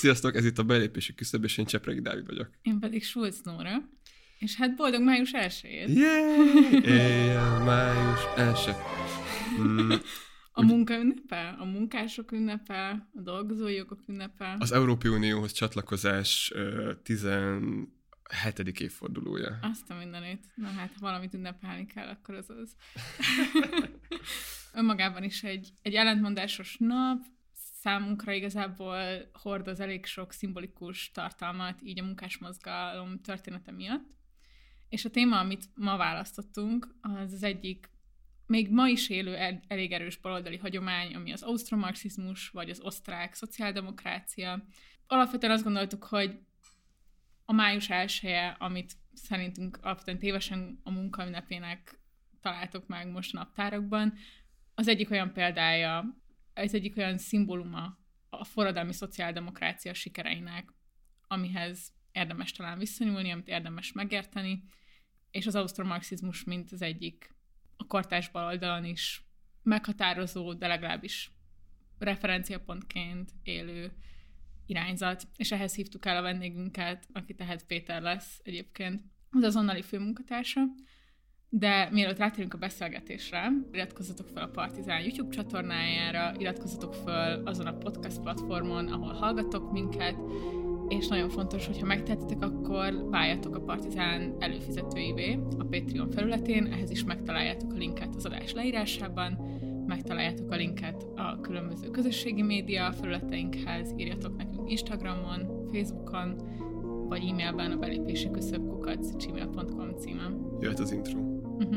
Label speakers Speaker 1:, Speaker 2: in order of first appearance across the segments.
Speaker 1: Sziasztok, ez itt a Belépési Küszöb, és én Csepregi Dávid vagyok.
Speaker 2: Én pedig Schulz Nóra. És hát boldog május 1-ét!
Speaker 1: Éjjel május 1.
Speaker 2: A munka ünnepe, a munkások ünnepe, a dolgozói jogok ünnepe.
Speaker 1: Az Európai Unióhoz csatlakozás 17. évfordulója.
Speaker 2: Azt a mindenit. Na hát, ha valamit ünnepelni kell, akkor az az. Önmagában is egy ellentmondásos nap, számunkra igazából hordoz elég sok szimbolikus tartalmat így a munkásmozgalom története miatt. És a téma, amit ma választottunk, az egyik még ma is élő elég erős baloldali hagyomány, ami az ausztromarxizmus, vagy az osztrák szociáldemokrácia. Alapvetően azt gondoltuk, hogy a május 1-e, amit szerintünk alapvetően tévesen a munkaünnepének találtok meg most a naptárakban, az egyik olyan példája, ez egyik olyan szimbóluma a forradalmi szociáldemokrácia sikereinek, amihez érdemes talán visszanyúlni, amit érdemes megérteni, és az ausztromarxizmus, mint az egyik a kortárs baloldalon is meghatározó, de legalábbis referenciapontként élő irányzat. És ehhez hívtuk el a vendégünket, aki tehát Péter lesz egyébként, az azonnali főmunkatársa. De mielőtt rátérünk a beszélgetésre, iratkozzatok fel a Partizán YouTube csatornájára, iratkozzatok fel azon a podcast platformon, ahol hallgattok minket, és nagyon fontos, hogyha megtehetitek, akkor váljatok a Partizán előfizetőivé a Patreon felületén, ehhez is megtaláljátok a linket az adás leírásában, megtaláljátok a linket a különböző közösségi média felületeinkhez, írjatok nekünk Instagramon, Facebookon, vagy e-mailben a belépésiküszöb@gmail.com címen.
Speaker 1: Jöhet az intro.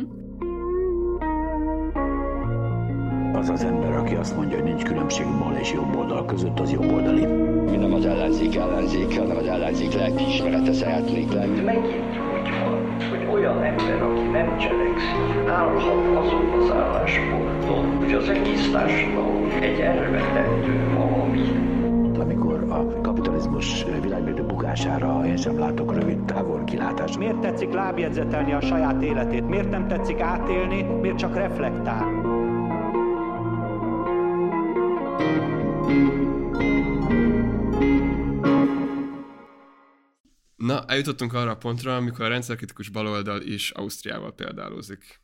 Speaker 3: Az az ember, aki azt mondja, hogy nincs különbség bal és jobb oldal között, az jobb oldali.
Speaker 4: Mi nem az ellenzék ellenzéke, hanem az ellenzék lelkiismerete szeretnék lenni.
Speaker 5: Megint úgy van, hogy olyan ember, aki nem cselekszik, állhat azon az állásponton, hogy az egész társadalom egy elvetendő valami.
Speaker 3: Amikor a kapitalizmus világmérdő bukására én sem látok rövid távol kilátást.
Speaker 6: Miért tetszik lábjegyzetelni a saját életét? Miért nem tetszik átélni? Miért csak reflektál?
Speaker 1: Na, eljutottunk arra a pontra, amikor a rendszerkritikus baloldal is Ausztriával példálózik.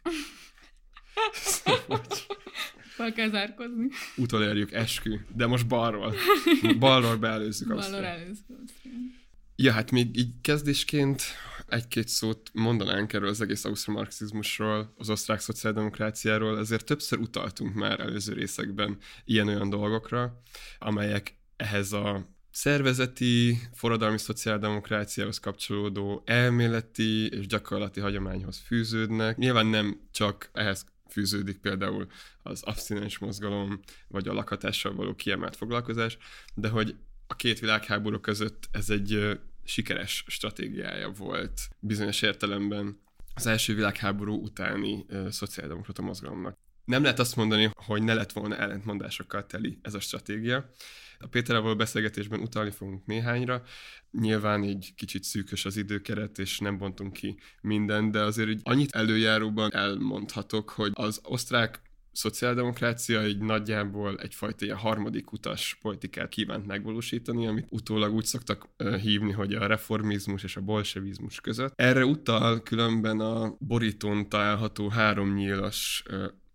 Speaker 2: Fel kell zárkozni.
Speaker 1: Utolérjük, eskü, de most balról. Balról beelőzzük Ausztriát.
Speaker 2: Balról előzzük Ausztriát.
Speaker 1: Ja, hát még így kezdésként egy-két szót mondanánk erről az egész ausztromarxizmusról, az osztrák szociáldemokráciáról, ezért többször utaltunk már előző részekben ilyen-olyan dolgokra, amelyek ehhez a szervezeti, forradalmi szociáldemokráciához kapcsolódó elméleti és gyakorlati hagyományhoz fűződnek. Nyilván nem csak ehhez fűződik például az abszinens mozgalom, vagy a lakhatással való kiemelt foglalkozás, de hogy a két világháború között ez egy sikeres stratégiája volt bizonyos értelemben az első világháború utáni szociáldemokrata mozgalomnak. Nem lehet azt mondani, hogy ne lett volna ellentmondásokkal teli ez a stratégia. A Péterrel való beszélgetésben utalni fogunk néhányra. Nyilván így kicsit szűkös az időkeret, és nem bontunk ki mindent, de azért így annyit előjáróban elmondhatok, hogy az osztrák szociáldemokrácia egy nagyjából egyfajta ilyen harmadik utas politikát kívánt megvalósítani, amit utólag úgy szoktak hívni, hogy a reformizmus és a bolsevizmus között. Erre utal különben a borítón található 3 nyílas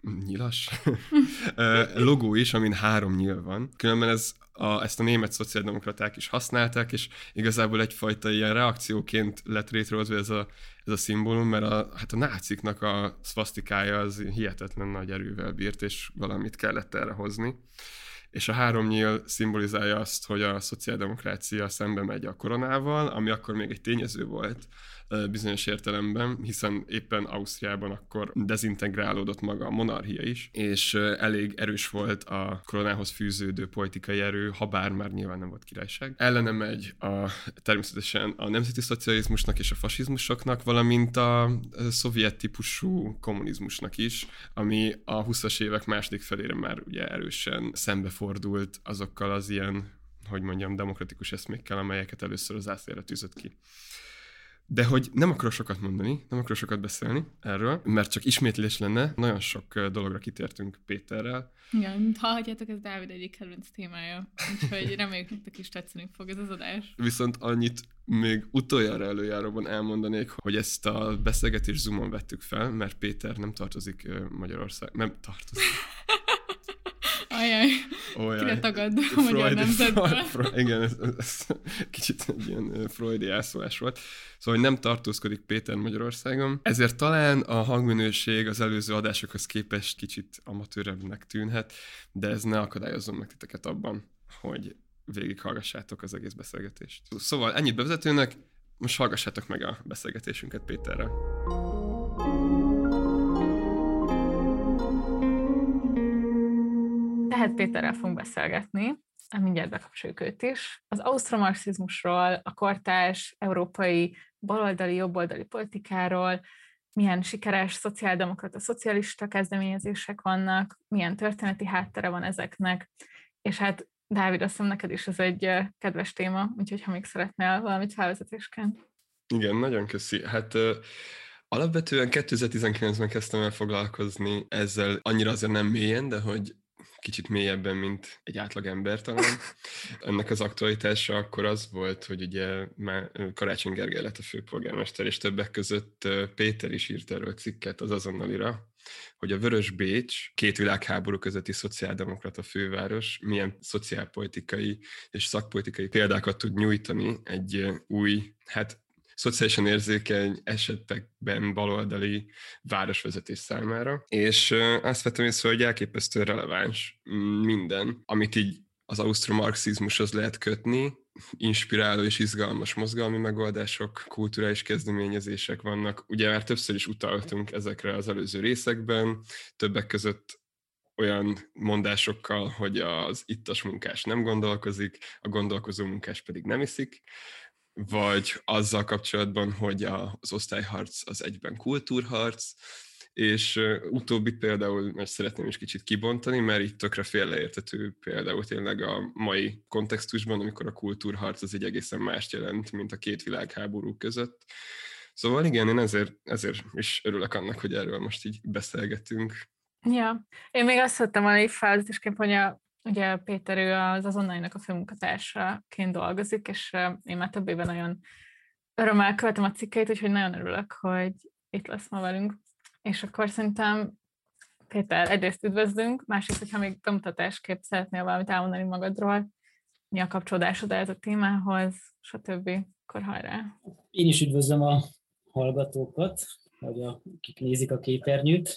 Speaker 1: logó is, amin 3 nyíl van. Különben ezt a német szociáldemokraták is használták, és igazából egyfajta ilyen reakcióként lett létrehozva ez a szimbólum, mert a náciknak a szvasztikája az hihetetlen nagy erővel bírt, és valamit kellett erre hozni. És a 3 nyíl szimbolizálja azt, hogy a szociáldemokrácia szembe megy a koronával, ami akkor még egy tényező volt bizonyos értelemben, hiszen éppen Ausztriában akkor dezintegrálódott maga a monarchia is, és elég erős volt a koronához fűződő politikai erő, habár már nyilván nem volt királyság. Ellene megy természetesen a nemzeti szocializmusnak és a fasizmusoknak, valamint a szovjet típusú kommunizmusnak is, ami a 20-as évek második felére már ugye erősen szembefordult azokkal az ilyen, hogy mondjam, demokratikus eszmékkel, amelyeket először az zászlóra tűzött ki. De hogy nem akarok sokat mondani, nem akarok sokat beszélni erről, mert csak ismétlés lenne, nagyon sok dologra kitértünk Péterrel.
Speaker 2: Igen, hallhatjátok, ez Dávid egyik kedvenc témája, úgyhogy reméljük, nektek is tetszeni fog ez az adás.
Speaker 1: Viszont annyit még utoljára előjáróban elmondanék, hogy ezt a beszélgetést Zoomon vettük fel, mert Péter nem tartozik Magyarország, nem tartozik.
Speaker 2: Ajaj, kire tagad a magyar nemzetből.
Speaker 1: Igen, ez kicsit egy ilyen freudi elszólás volt. Szóval, hogy nem tartózkodik Péter Magyarországon. Ezért talán a hangminőség az előző adásokhoz képest kicsit amatőrebbnek tűnhet, de ez ne akadályozzon meg titeket abban, hogy végighallgassátok az egész beszélgetést. Szóval ennyit bevezetőnek, most hallgassátok meg a beszélgetésünket Péterrel.
Speaker 2: Tehát Péterrel fogunk beszélgetni, mindjárt bekapcsoljuk őt is. Az ausztromarxizmusról, a kortárs európai baloldali, jobboldali politikáról, milyen sikeres szociáldemokrata, szocialista kezdeményezések vannak, milyen történeti háttere van ezeknek, és hát Dávid, azt hiszem neked is ez egy kedves téma, úgyhogy ha még szeretnél valamit felvezetésként.
Speaker 1: Igen, nagyon köszi. Hát alapvetően 2019-ben kezdtem el foglalkozni ezzel, annyira azért nem mélyen, de hogy kicsit mélyebben, mint egy átlagember talán. Ennek az aktualitása akkor az volt, hogy ugye már Karácsony Gergely lett a főpolgármester, és többek között Péter is írt erről cikket az Azonnalira, hogy a Vörös Bécs, két világháború közötti szociáldemokrata főváros milyen szociálpolitikai és szakpolitikai példákat tud nyújtani egy új, szociálisan érzékeny esetekben baloldali városvezetés számára. És azt vettem észre, hogy elképesztően releváns minden, amit így az ausztromarxizmushoz lehet kötni, inspiráló és izgalmas mozgalmi megoldások, kulturális kezdeményezések vannak. Ugye már többször is utaltunk ezekre az előző részekben, többek között olyan mondásokkal, hogy az ittas munkás nem gondolkozik, a gondolkozó munkás pedig nem iszik, vagy azzal kapcsolatban, hogy az osztályharc az egyben kultúrharc, és utóbbit például most szeretném is kicsit kibontani, mert itt tökre félreérthető például tényleg a mai kontextusban, amikor a kultúrharc az egy egészen mást jelent, mint a két világháború között. Szóval igen, én ezért is örülök annak, hogy erről most így beszélgetünk.
Speaker 2: Ja, én még azt vettem volna így felvezetésként, hogy ugye Péter, ő az Azonnalinak a főmunkatársaként dolgozik, és én már több éve nagyon örömmel követem a cikkeit, úgyhogy nagyon örülök, hogy itt lesz ma velünk. És akkor szerintem, Péter, egyrészt üdvözlünk, másrészt, hogyha még bemutatásképp szeretnél valamit elmondani magadról, mi a kapcsolódásod ez a témához, stb. Akkor hajrá!
Speaker 7: Én is üdvözlöm a hallgatókat, vagy akik nézik a képernyőt.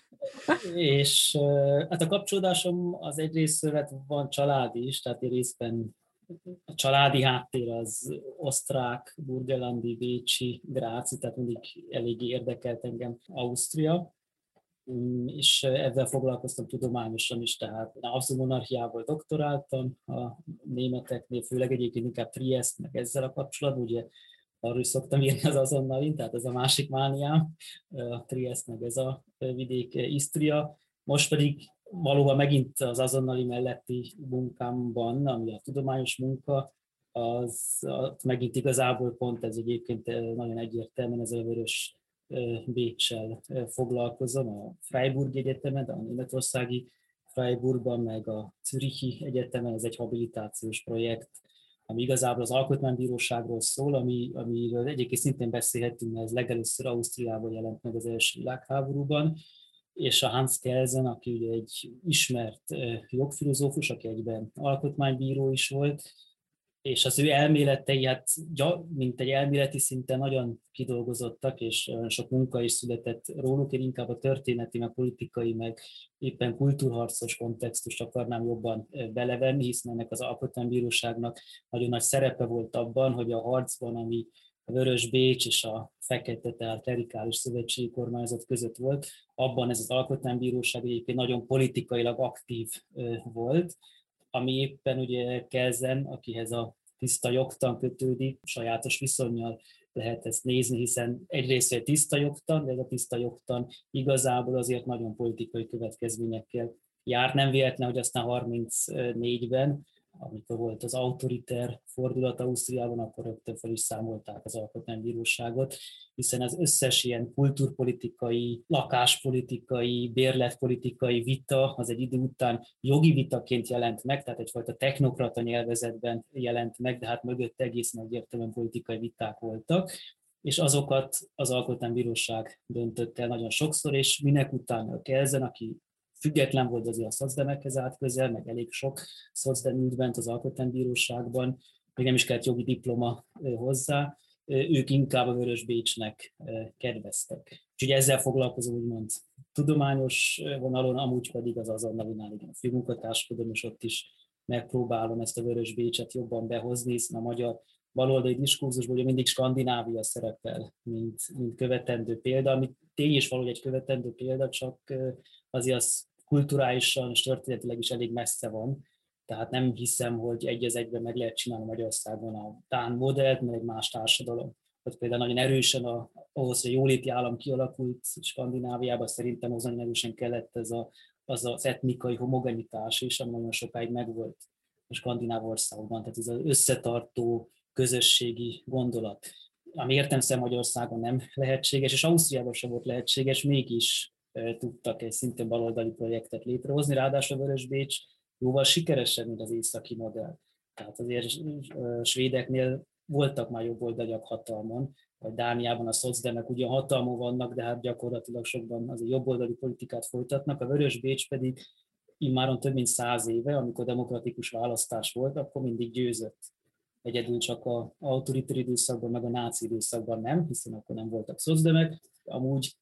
Speaker 7: És hát a kapcsolódásom az egyrészt van családi is, tehát részben a családi háttér az osztrák, burgenlandi, bécsi, gráci, tehát mindig eléggé érdekelt engem Ausztria, és ezzel foglalkoztam tudományosan is, tehát Habsburg monarchiával doktoráltam a németeknél, főleg egyébként inkább Triest, meg ezzel a kapcsolatban, ugye arról is szoktam írni az Azonnalin, tehát ez a másik mániám, a Triest, meg ez a vidék Isztria. Most pedig valóban megint az Azonnali melletti munkámban, ami a tudományos munka, az megint igazából pont ez egyébként nagyon egyértelműen ez a Vörös Béccsel foglalkozom, a Freiburg Egyetemen, a németországi Freiburgban, meg a Zürichi Egyetemen, ez egy habilitációs projekt, ami igazából az alkotmánybíróságról szól, amiről egyébként szintén beszélhetünk, mert ez legelőször Ausztriában jelent meg az első világháborúban, és a Hans Kelsen, aki ugye egy ismert jogfilozófus, aki egyben alkotmánybíró is volt, és az ő elméletei, hát mint egy elméleti szinten nagyon kidolgozottak, és sok munka is született róluk, én inkább a történeti, meg politikai, meg éppen kultúrharcos kontextust akarnám jobban belevenni, hiszen ennek az alkotmánybíróságnak nagyon nagy szerepe volt abban, hogy a harcban, ami a Vörös Bécs és a fekete, tehát klerikális szövetségi kormányzat között volt, abban ez az alkotmánybíróság egyébként nagyon politikailag aktív volt, ami éppen ugye Kelsen, akihez a tiszta jogtan kötődik, sajátos viszonnyal lehet ezt nézni, hiszen egyrészt egy tiszta jogtan, de ez a tiszta jogtan igazából azért nagyon politikai következményekkel jár. Nem véletlen, hogy aztán 34-ben amikor volt az autoriter fordulat Ausztriában, akkor rögtön fel is számolták az alkotmánybíróságot, hiszen az összes ilyen kultúrpolitikai, lakáspolitikai, bérletpolitikai vita az egy idő után jogi vitaként jelent meg, tehát egyfajta technokrata nyelvezetben jelent meg, de hát mögött egészen egyértelműen politikai viták voltak, és azokat az alkotmánybíróság döntött el nagyon sokszor, és minek utána Kelsen, aki független volt azért a szocdemekhez állt közel, meg elég sok szocdem ült bent az alkotmánybíróságban, még nem is kellett jogi diploma hozzá, ők inkább a Vörös Bécsnek kedveztek. Úgyhogy ezzel foglalkozom úgymond tudományos vonalon, amúgy pedig az azonnali igen, a főmunkatárskodom, és ott is megpróbálom ezt a Vörös Bécset jobban behozni, hiszen a magyar baloldali diskurzusban ugye mindig Skandinávia szerepel, mint követendő példa, ami tény is valahogy egy követendő példa, csak azért az kulturálisan és történetileg is elég messze van. Tehát nem hiszem, hogy egy az egyben meg lehet csinálni Magyarországon a dán modellt, mert egy más társadalom. Vagy például nagyon erősen ahhoz, hogy a jóléti állam kialakult Skandináviában, szerintem az nagyon erősen kellett az etnikai homogenitás is, ami nagyon sokáig megvolt a skandináv országokban. Tehát ez az összetartó közösségi gondolat, ami értelemszerűen Magyarországon nem lehetséges, és Ausztriában sem volt lehetséges, mégis tudtak egy szintén baloldali projektet létrehozni, ráadásul Vörös Bécs jóval sikeresebb, mint az északi modell. Tehát azért svédeknél voltak már jobboldaliak hatalmon, vagy Dániában a szocdemek ugyan hatalmon vannak, de hát gyakorlatilag sokban azért jobboldali politikát folytatnak. A Vörös Bécs pedig immáron több mint 100 éve, amikor demokratikus választás volt, akkor mindig győzött. Egyedül csak az autoriter időszakban, meg a náci időszakban nem, hiszen akkor nem voltak szocdemek. Amúgy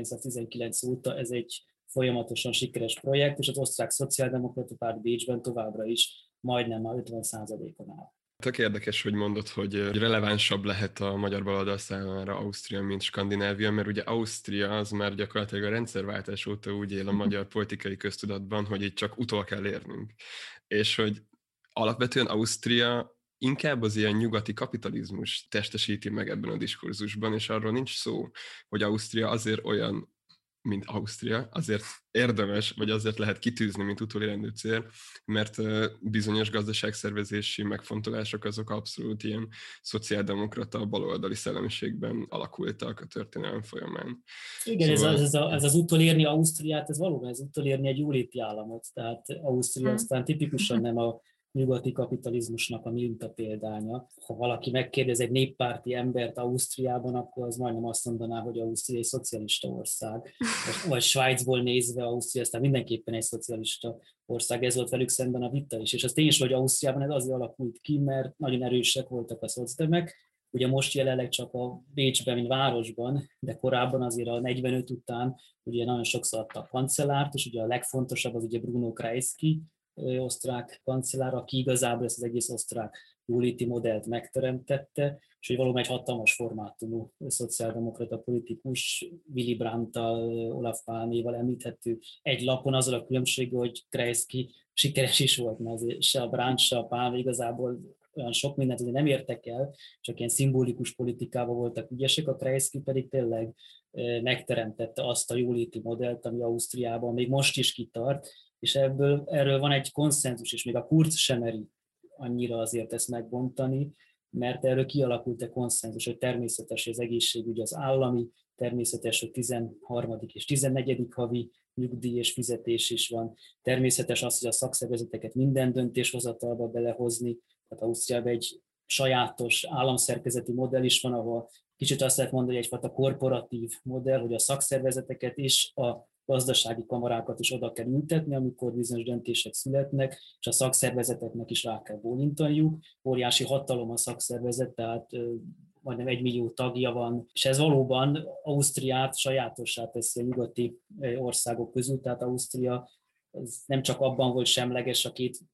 Speaker 7: 1919 óta ez egy folyamatosan sikeres projekt, és az osztrák szociáldemokrata párt Bécsben továbbra is majdnem már 50%-on áll.
Speaker 1: Tök érdekes, hogy mondod, hogy relevánsabb lehet a magyar baloldal számára Ausztria, mint Skandinávia, mert ugye Ausztria az már gyakorlatilag a rendszerváltás óta úgy él a magyar politikai köztudatban, hogy itt csak utol kell érnünk. És hogy alapvetően Ausztria inkább az ilyen nyugati kapitalizmus testesíti meg ebben a diskurzusban, és arról nincs szó, hogy Ausztria azért olyan, mint Ausztria, azért érdemes, vagy azért lehet kitűzni, mint utolérendő cél, mert bizonyos gazdaságszervezési megfontolások azok abszolút ilyen szociáldemokrata, baloldali szellemiségben alakultak a történelem folyamán.
Speaker 7: Igen, szóval... ez az utolérni Ausztriát, ez valóban ez utolérni egy jóléti államot, tehát Ausztria aztán tipikusan nem a nyugati kapitalizmusnak a mintapéldánya. Ha valaki megkérdez egy néppárti embert Ausztriában, akkor az majdnem azt mondaná, hogy Ausztria egy szocialista ország. Vagy Svájcból nézve Ausztria aztán mindenképpen egy szocialista ország. Ez volt velük szemben a vita is. És az tényleg, hogy Ausztriában ez azért alakult ki, mert nagyon erősek voltak a szocdemek. Ugye most jelenleg csak a Bécsben, mint városban, de korábban azért a 45 után ugye nagyon sokszor adtak kancellárt, és ugye a legfontosabb az ugye Bruno Kreisky, osztrák kancellár, aki igazából ezt az egész osztrák jóléti modellt megteremtette, és hogy valóban egy hatalmas formátumú szociáldemokrata politikus, Willy Brandt-tal, Olaf Palméval említhető egy lapon, azzal a különbséggel, hogy Kreisky sikeres is volt, mert azért se a Brandt, se a Palme igazából olyan sok mindent azért nem értek el, csak ilyen szimbolikus politikában voltak ügyesek, a Kreisky pedig tényleg megteremtette azt a jóléti modellt, ami Ausztriában még most is kitart, és erről van egy konszenzus, és még a Kurz sem meri annyira azért ezt megbontani, mert erről kialakult egy konszenzus, hogy természetes, hogy az egészségügy az állami, természetes, hogy 13. és 14. havi nyugdíj és fizetés is van, természetes az, hogy a szakszervezeteket minden döntéshozatalba belehozni, tehát Ausztriában egy sajátos államszerkezeti modell is van, ahol kicsit azt lehet mondani, hogy egyfajta korporatív modell, hogy a szakszervezeteket és a gazdasági kamarákat is oda kell ültetni, amikor bizonyos döntések születnek, és a szakszervezeteknek is rá kell bólintaniuk. Óriási hatalom a szakszervezet, tehát majdnem 1 millió tagja van, és ez valóban Ausztriát sajátossá teszi a nyugati országok közül, tehát Ausztria ez nem csak abban volt semleges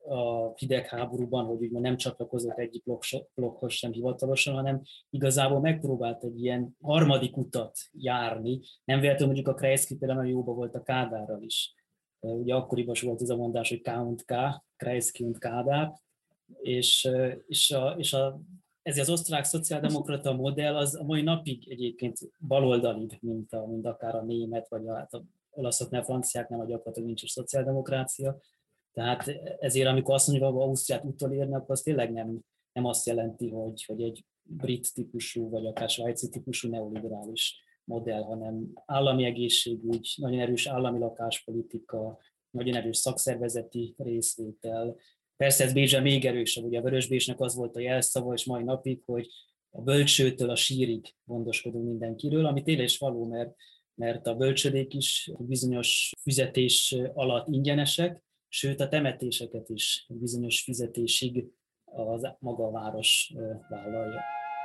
Speaker 7: a hidegháborúban, hogy úgymond nem csatlakozott egyik blokkhoz sem hivatalosan, hanem igazából megpróbált egy ilyen harmadik utat járni. Nem véletlenül mondjuk a Kreisky például jóban volt a Kádárral is. Ugye akkoriban volt ez a mondás, hogy K und K, Kreisky und Kádár, és ez az osztrák szociáldemokrata modell az a mai napig egyébként baloldalibb, mint akár a német, vagy a olaszoknál, franciáknál, vagy gyakorlatilag nincs is szociáldemokrácia. Tehát ezért, amikor azt mondjuk, hogy Ausztriát utolérni, akkor az tényleg nem azt jelenti, hogy egy brit típusú, vagy akár svájci típusú neoliberális modell, hanem állami egészségügy, nagyon erős állami lakáspolitika, nagyon erős szakszervezeti részvétel. Persze ez Bécsben még erősebb, ugye a Vörösbécsnek az volt a jelszava, és mai napig, hogy a bölcsőtől a sírig gondoskodunk mindenkiről, ami tényleg is való, mert a bölcsödék is bizonyos fizetés alatt ingyenesek, sőt a temetéseket is bizonyos fizetésig az maga a város vállalja.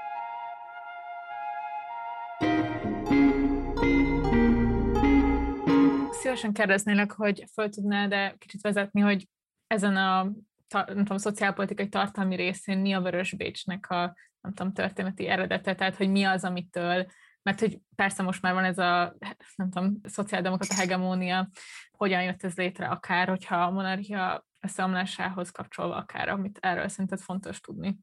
Speaker 2: Szívesen kérdeznélek, hogy föl tudnád kicsit vezetni, hogy ezen a szociálpolitikai tartalmi részén mi a Vörösbécsnek a történeti eredete, tehát hogy mi az, amitől, mert hogy persze most már van ez a szociáldemokrata hegemónia, hogyan jött ez létre, akár hogyha a monarchia összeomlásához kapcsolva, akár amit erről szerinted fontos tudni.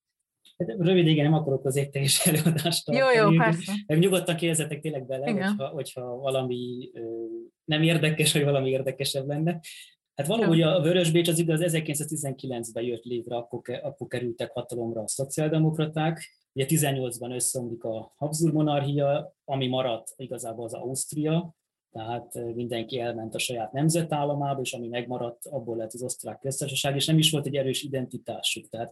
Speaker 7: Rövid, igen, nem akarok az teljes előadást tartani.
Speaker 2: Jó, persze.
Speaker 7: Nyugodtan kérdezzetek tényleg bele, hogyha valami nem érdekes, vagy valami érdekesebb lenne. Hát valahogy a Vörösbécs az igaz, 1919-ben jött létre, akkor kerültek hatalomra a szociáldemokraták. Ugye 18-ban összeomlik a Habsburg monarchia, ami maradt igazából az Ausztria, tehát mindenki elment a saját nemzetállamába, és ami megmaradt, abból lett az Osztrák Köztársaság, és nem is volt egy erős identitásuk. Tehát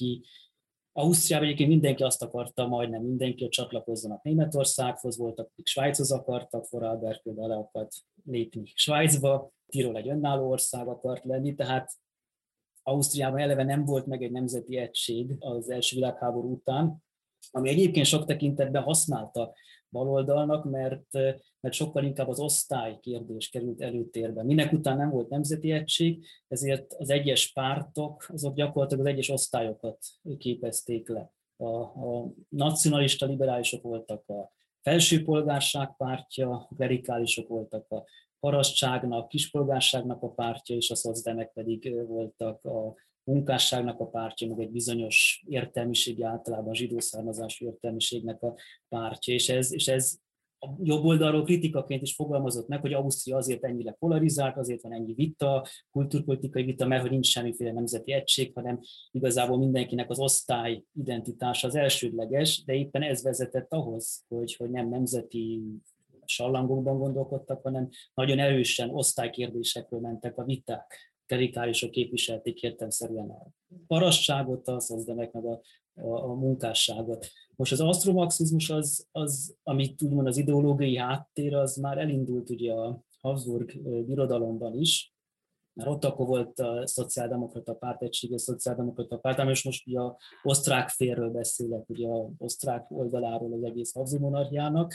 Speaker 7: Ausztriában egyébként mindenki azt akarta, majdnem mindenki, hogy csatlakozzanak Németországhoz, voltak, akik Svájchoz akartak, Vorarlberg például le akart lépni Svájcba, Tirol egy önálló ország akart lenni, tehát Ausztriában eleve nem volt meg egy nemzeti egység az első világháború után, ami egyébként sok tekintetben használta baloldalnak, mert sokkal inkább az osztály kérdés került előtérbe. Minek után nem volt nemzeti egység, ezért az egyes pártok, azok gyakorlatilag az egyes osztályokat képezték le. A nacionalista liberálisok voltak a felsőpolgárság pártja, a klerikálisok voltak a parasztságnak, kispolgárságnak a pártja, és a szocdemek pedig voltak a munkásságnak a pártja, meg egy bizonyos értelmiségi, általában zsidó származású értelmiségnek a pártja, és ez a jobb oldalról kritikaként is fogalmazott meg, hogy Ausztria azért ennyire polarizált, azért van ennyi vita, kultúrpolitikai vita, mert hogy nincs semmiféle nemzeti egység, hanem igazából mindenkinek az osztály identitása az elsődleges, de éppen ez vezetett ahhoz, hogy nem nemzeti sallangokban gondolkodtak, hanem nagyon erősen osztálykérdésekről mentek a viták. Klerikálisok képviselték értelemszerűen a parasztságot, a szocdemek meg a munkásságot. Most az asztromarxizmus az, amit úgymond az ideológiai háttér, az már elindult ugye a Habsburg birodalomban is, mert ott akkor volt a szociáldemokrata párt, egységes szociáldemokrata párt, most ugye az osztrák félről beszélek, ugye az osztrák oldaláról az egész Habsburg monarchiának,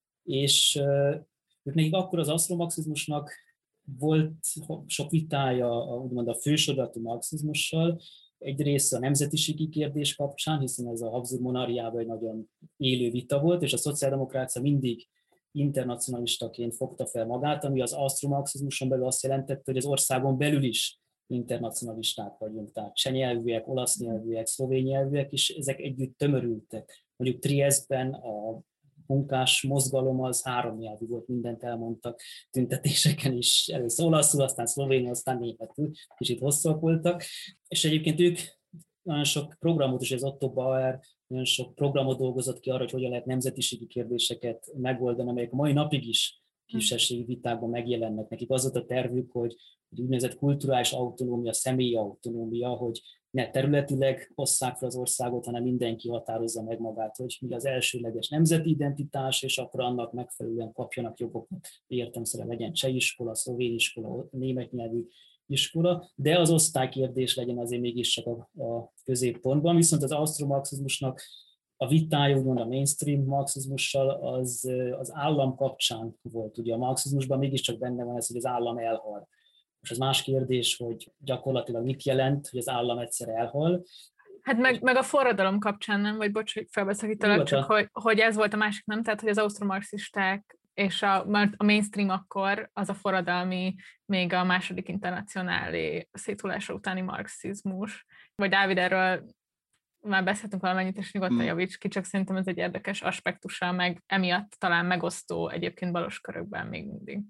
Speaker 7: és nekik akkor az asztromarxizmusnak volt sok vitája úgymond a fősodratú marxizmussal, egyrészt a nemzetiségi kérdés kapcsán, hiszen ez a Habsburg monarchiában egy nagyon élő vita volt, és a szociáldemokrácia mindig internacionalistaként fogta fel magát, ami az asztromarxizmuson belül azt jelentette, hogy az országon belül is internacionalisták vagyunk, tehát cseh nyelvűek, olasz nyelvűek, szlovén nyelvűek, és ezek együtt tömörültek. Mondjuk Triestben a munkás mozgalom az 3 nyelvű volt, mindent elmondtak tüntetéseken is, először olaszul, aztán szlovénul, aztán németül, kicsit hosszúak voltak, és egyébként ők nagyon sok programot, és az Otto Bauer nagyon sok programot dolgozott ki arra, hogy hogyan lehet nemzetiségi kérdéseket megoldani, amelyek a mai napig is kisebbségi vitákban megjelennek. Nekik az volt a tervük, hogy úgynevezett kulturális autonómia, személyi autonómia, hogy ne területileg osszák fel az országot, hanem mindenki határozza meg magát, hogy mi az elsőleges nemzeti identitás, és akkor annak megfelelően kapjanak jogokat. Értelemszerűen legyen cseh iskola, szlovén iskola, német nyelvű iskola, de az osztálykérdés legyen azért mégiscsak a középpontban, viszont az asztromarxizmusnak a vitája, úgymond a mainstream marxizmussal az állam kapcsán volt. Ugye a marxizmusban mégiscsak benne van ez, hogy az állam elhal. Most az más kérdés, hogy gyakorlatilag mit jelent, hogy az állam egyszer elhal.
Speaker 2: Hát meg a forradalom kapcsán, nem? Vagy bocs, hogy felbeszakítalak, csak hogy ez volt a másik, nem? Tehát, hogy az ausztromarxisták és a mainstream akkor az a forradalmi, még a második internacionálé széthulása utáni marxizmus. Vagy Dávid, erről már beszéltünk valamennyit, és nyugodtan javíts ki, csak szerintem ez egy érdekes aspektusa, meg emiatt talán megosztó egyébként balos körökben még mindig.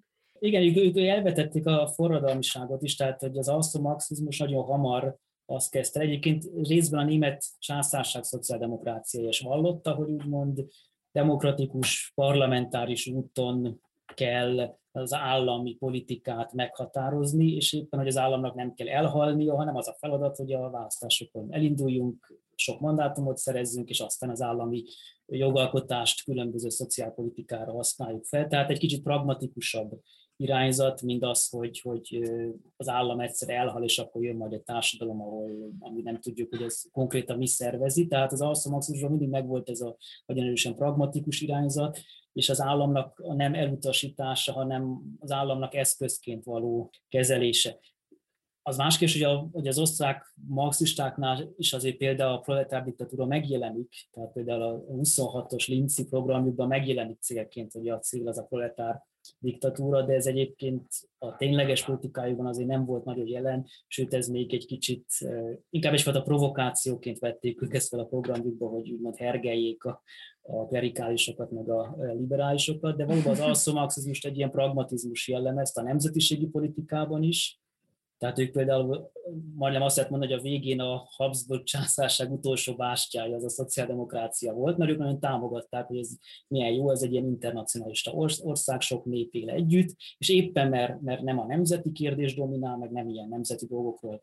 Speaker 7: Igen, ők elvetették a forradalmiságot is, tehát hogy az ausztromarxizmus nagyon hamar azt kezdte. Egyébként részben a német császárság szociáldemokráciája is vallotta, hogy úgymond demokratikus, parlamentáris úton kell az állami politikát meghatározni, és éppen, hogy az államnak nem kell elhalnia, hanem az a feladat, hogy a választásokon elinduljunk, sok mandátumot szerezzünk, és aztán az állami jogalkotást különböző szociálpolitikára használjuk fel. Tehát egy kicsit pragmatikusabb irányzat, mint az, hogy az állam egyszer elhal, és akkor jön majd egy társadalom, ami nem tudjuk, hogy ez konkrétan mi szervezi. Tehát az ausztromarxizmusban mindig megvolt ez a nagyon erősen pragmatikus irányzat, és az államnak nem elutasítása, hanem az államnak eszközként való kezelése. Az más kérdés, hogy az osztrák marxistáknál is azért például a proletár diktatúra megjelenik, tehát például a 26-os Lindsay programjukban megjelenik célként, hogy a cél az a proletár diktatúra, de ez egyébként a tényleges politikájukban azért nem volt nagyon jelen, sőt ez még egy kicsit, inkább egyfajta provokációként vették ők ezt fel a programjukba, hogy úgymond hergeljék a klerikálisokat, meg a liberálisokat, de valóban az ausztromarxizmust egy ilyen pragmatizmus jellemezte a nemzetiségi politikában is. Tehát ők például majdnem azt lehet mondani, hogy a végén a Habsburg császárság utolsó bástyája az a szociáldemokrácia volt, mert ők nagyon támogatták, hogy ez milyen jó, ez egy ilyen internacionalista ország, sok nép él együtt, és éppen mert nem a nemzeti kérdés dominál, meg nem ilyen nemzeti dolgokról,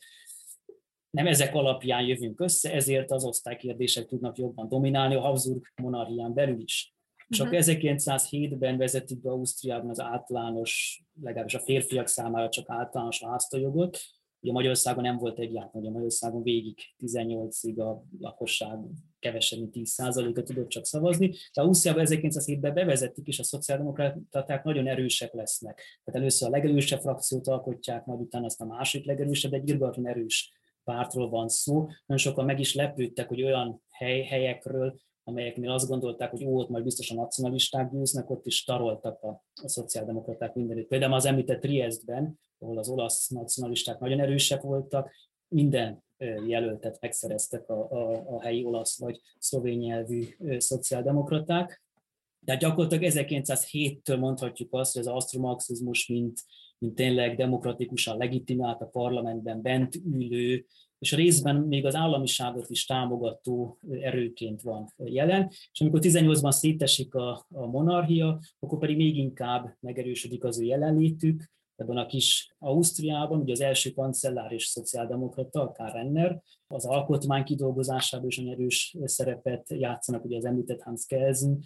Speaker 7: nem ezek alapján jövünk össze, ezért az osztálykérdések tudnak jobban dominálni a Habsburg monarchián belül is. Csak 1907-ben vezetik be Ausztriában az általános, legalábbis a férfiak számára csak általános választójogot. Ugye Magyarországon nem volt egyáltalán, ugye Magyarországon végig 18-ig a lakosság kevesebb, mint 10%-a tudott csak szavazni. De Ausztriában 1907-ben bevezetik, és a szociáldemokraták nagyon erősek lesznek. Tehát először a legerősebb frakciót alkotják, majd utána azt a másik legerősebb, egy irgalmatlan erős pártról van szó. Nagyon sokan meg is lepődtek, hogy olyan helyekről, amelyeknél azt gondolták, hogy ott majd biztos a nacionalisták győznek, ott is taroltak a szociáldemokraták mindenütt. Például az említett Triestben, ahol az olasz nacionalisták nagyon erősek voltak, minden jelöltet megszereztek a helyi olasz vagy szlovén nyelvű szociáldemokraták. Tehát gyakorlatilag 1907-től mondhatjuk azt, hogy az ausztromarxizmus mint tényleg demokratikusan legitimált a parlamentben bent ülő, és részben még az államiságot is támogató erőként van jelen, és amikor 18-ban szétesik a monarchia, akkor pedig még inkább megerősödik az ő jelenlétük. Ebben a kis Ausztriában ugye az első kancellár és szociáldemokrata, Karl Renner, az alkotmány kidolgozásában is nagyon erős szerepet játszanak, ugye az említett Hans Kelsen,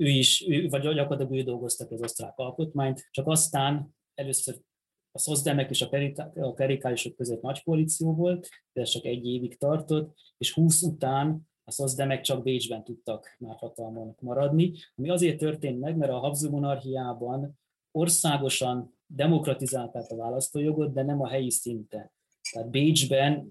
Speaker 7: vagy gyakorlatilag ő dolgoztak az osztrák alkotmányt, csak aztán először a szocdemek és a klerikálisok között nagy koalíció volt, de ez csak egy évig tartott, és 20 után a szocdemek csak Bécsben tudtak már hatalmon maradni, ami azért történt meg, mert a Habsburg monarchiában országosan demokratizálták a választójogot, de nem a helyi szinten. Tehát Bécsben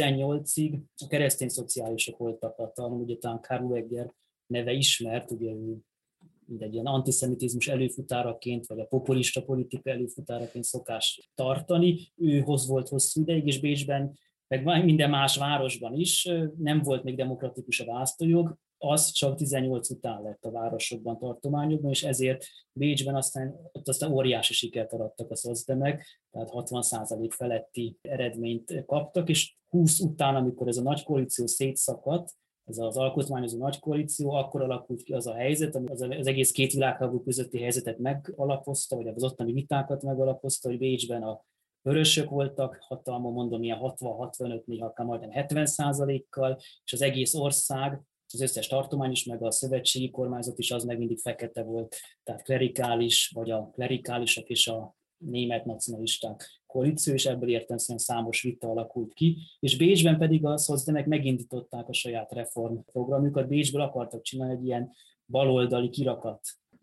Speaker 7: 18-ig a keresztény szociálisok voltak hatalmon, ugye talán Karl Lueger neve ismert, ugye ő egy ilyen antiszemitizmus előfutáraként, vagy a populista politika előfutáraként szokás tartani. Őhoz volt hosszú ideig, és Bécsben, meg minden más városban is nem volt még demokratikus a választójog, az csak 18 után lett a városokban, tartományokban, és ezért Bécsben aztán óriási sikert arattak a szocdemek, tehát 60% feletti eredményt kaptak, és 20 után, amikor ez a nagy koalíció szétszakadt, ez az alkotmányozó nagy koalíció, akkor alakult ki az a helyzet, ami az egész két világháború közötti helyzetet megalapozta, vagy az ottani vitákat megalapozta, hogy Bécsben a vörösök voltak hatalmon, mondom, ilyen 60-65, néha akár majdnem 70%-kal, és az egész ország, az összes tartomány is, meg a szövetségi kormányzat is az meg mindig fekete volt, tehát klerikális, vagy a klerikálisok és a német nacionalisták koalíció, és ebből értelemszerűen számos vita alakult ki, és Bécsben pedig a szocdemek megindították a saját reformprogramjukat. Bécsből akartak csinálni egy ilyen baloldali kirakat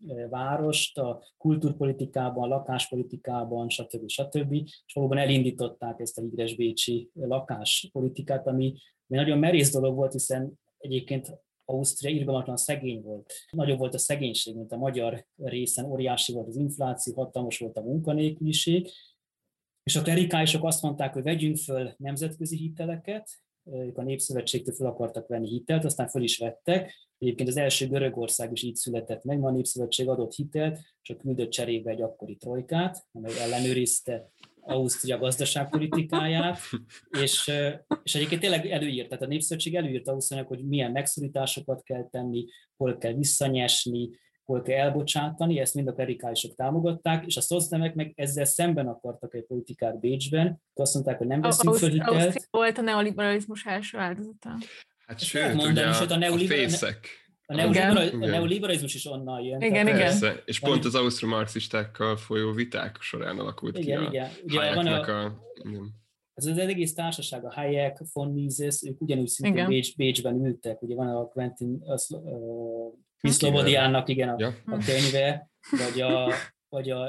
Speaker 7: várost a kultúrpolitikában, a lakáspolitikában, stb. És valóban elindították ezt a híres bécsi lakáspolitikát, ami nagyon merész dolog volt, hiszen egyébként Ausztria irgalmatlan szegény volt. Nagyobb volt a szegénység, mint a magyar részen, óriási volt az infláció, hatalmas volt a munkanélküliség, és a klerikálisok azt mondták, hogy vegyünk föl nemzetközi hiteleket, ők a Népszövetségtől fel akartak venni hitelt, aztán fel is vettek. Egyébként az első Görögország is így született meg, ma a Népszövetség adott hitelt, csak küldött cserébe egy akkori trojkát, amely ellenőrizte Ausztria gazdaságpolitikáját, és egyébként tényleg előírt, tehát a Népszövetség előírt Ausztriának, hogy milyen megszorításokat kell tenni, hol kell visszanyesni, hol kell elbocsátani, ezt mind a klerikálisok támogatták, és a szocdemek meg ezzel szemben akartak egy politikát Bécsben, azt mondták, hogy nem veszünk föl hitelt.
Speaker 8: Ausztria volt a neoliberalizmus első áldozata.
Speaker 1: Hát sőt, ugye a fészek.
Speaker 7: A neoliberalizmus is onnan jön.
Speaker 8: Igen.
Speaker 1: És pont az ausztro-marxistákkal folyó viták során alakult ki a Hayeknek
Speaker 7: az egész társaság, a Hayek, von Mises, ők ugyanúgy szintén Bécsben ültek. Ugye van a Quentin Szlobodiánnak a könyve, vagy a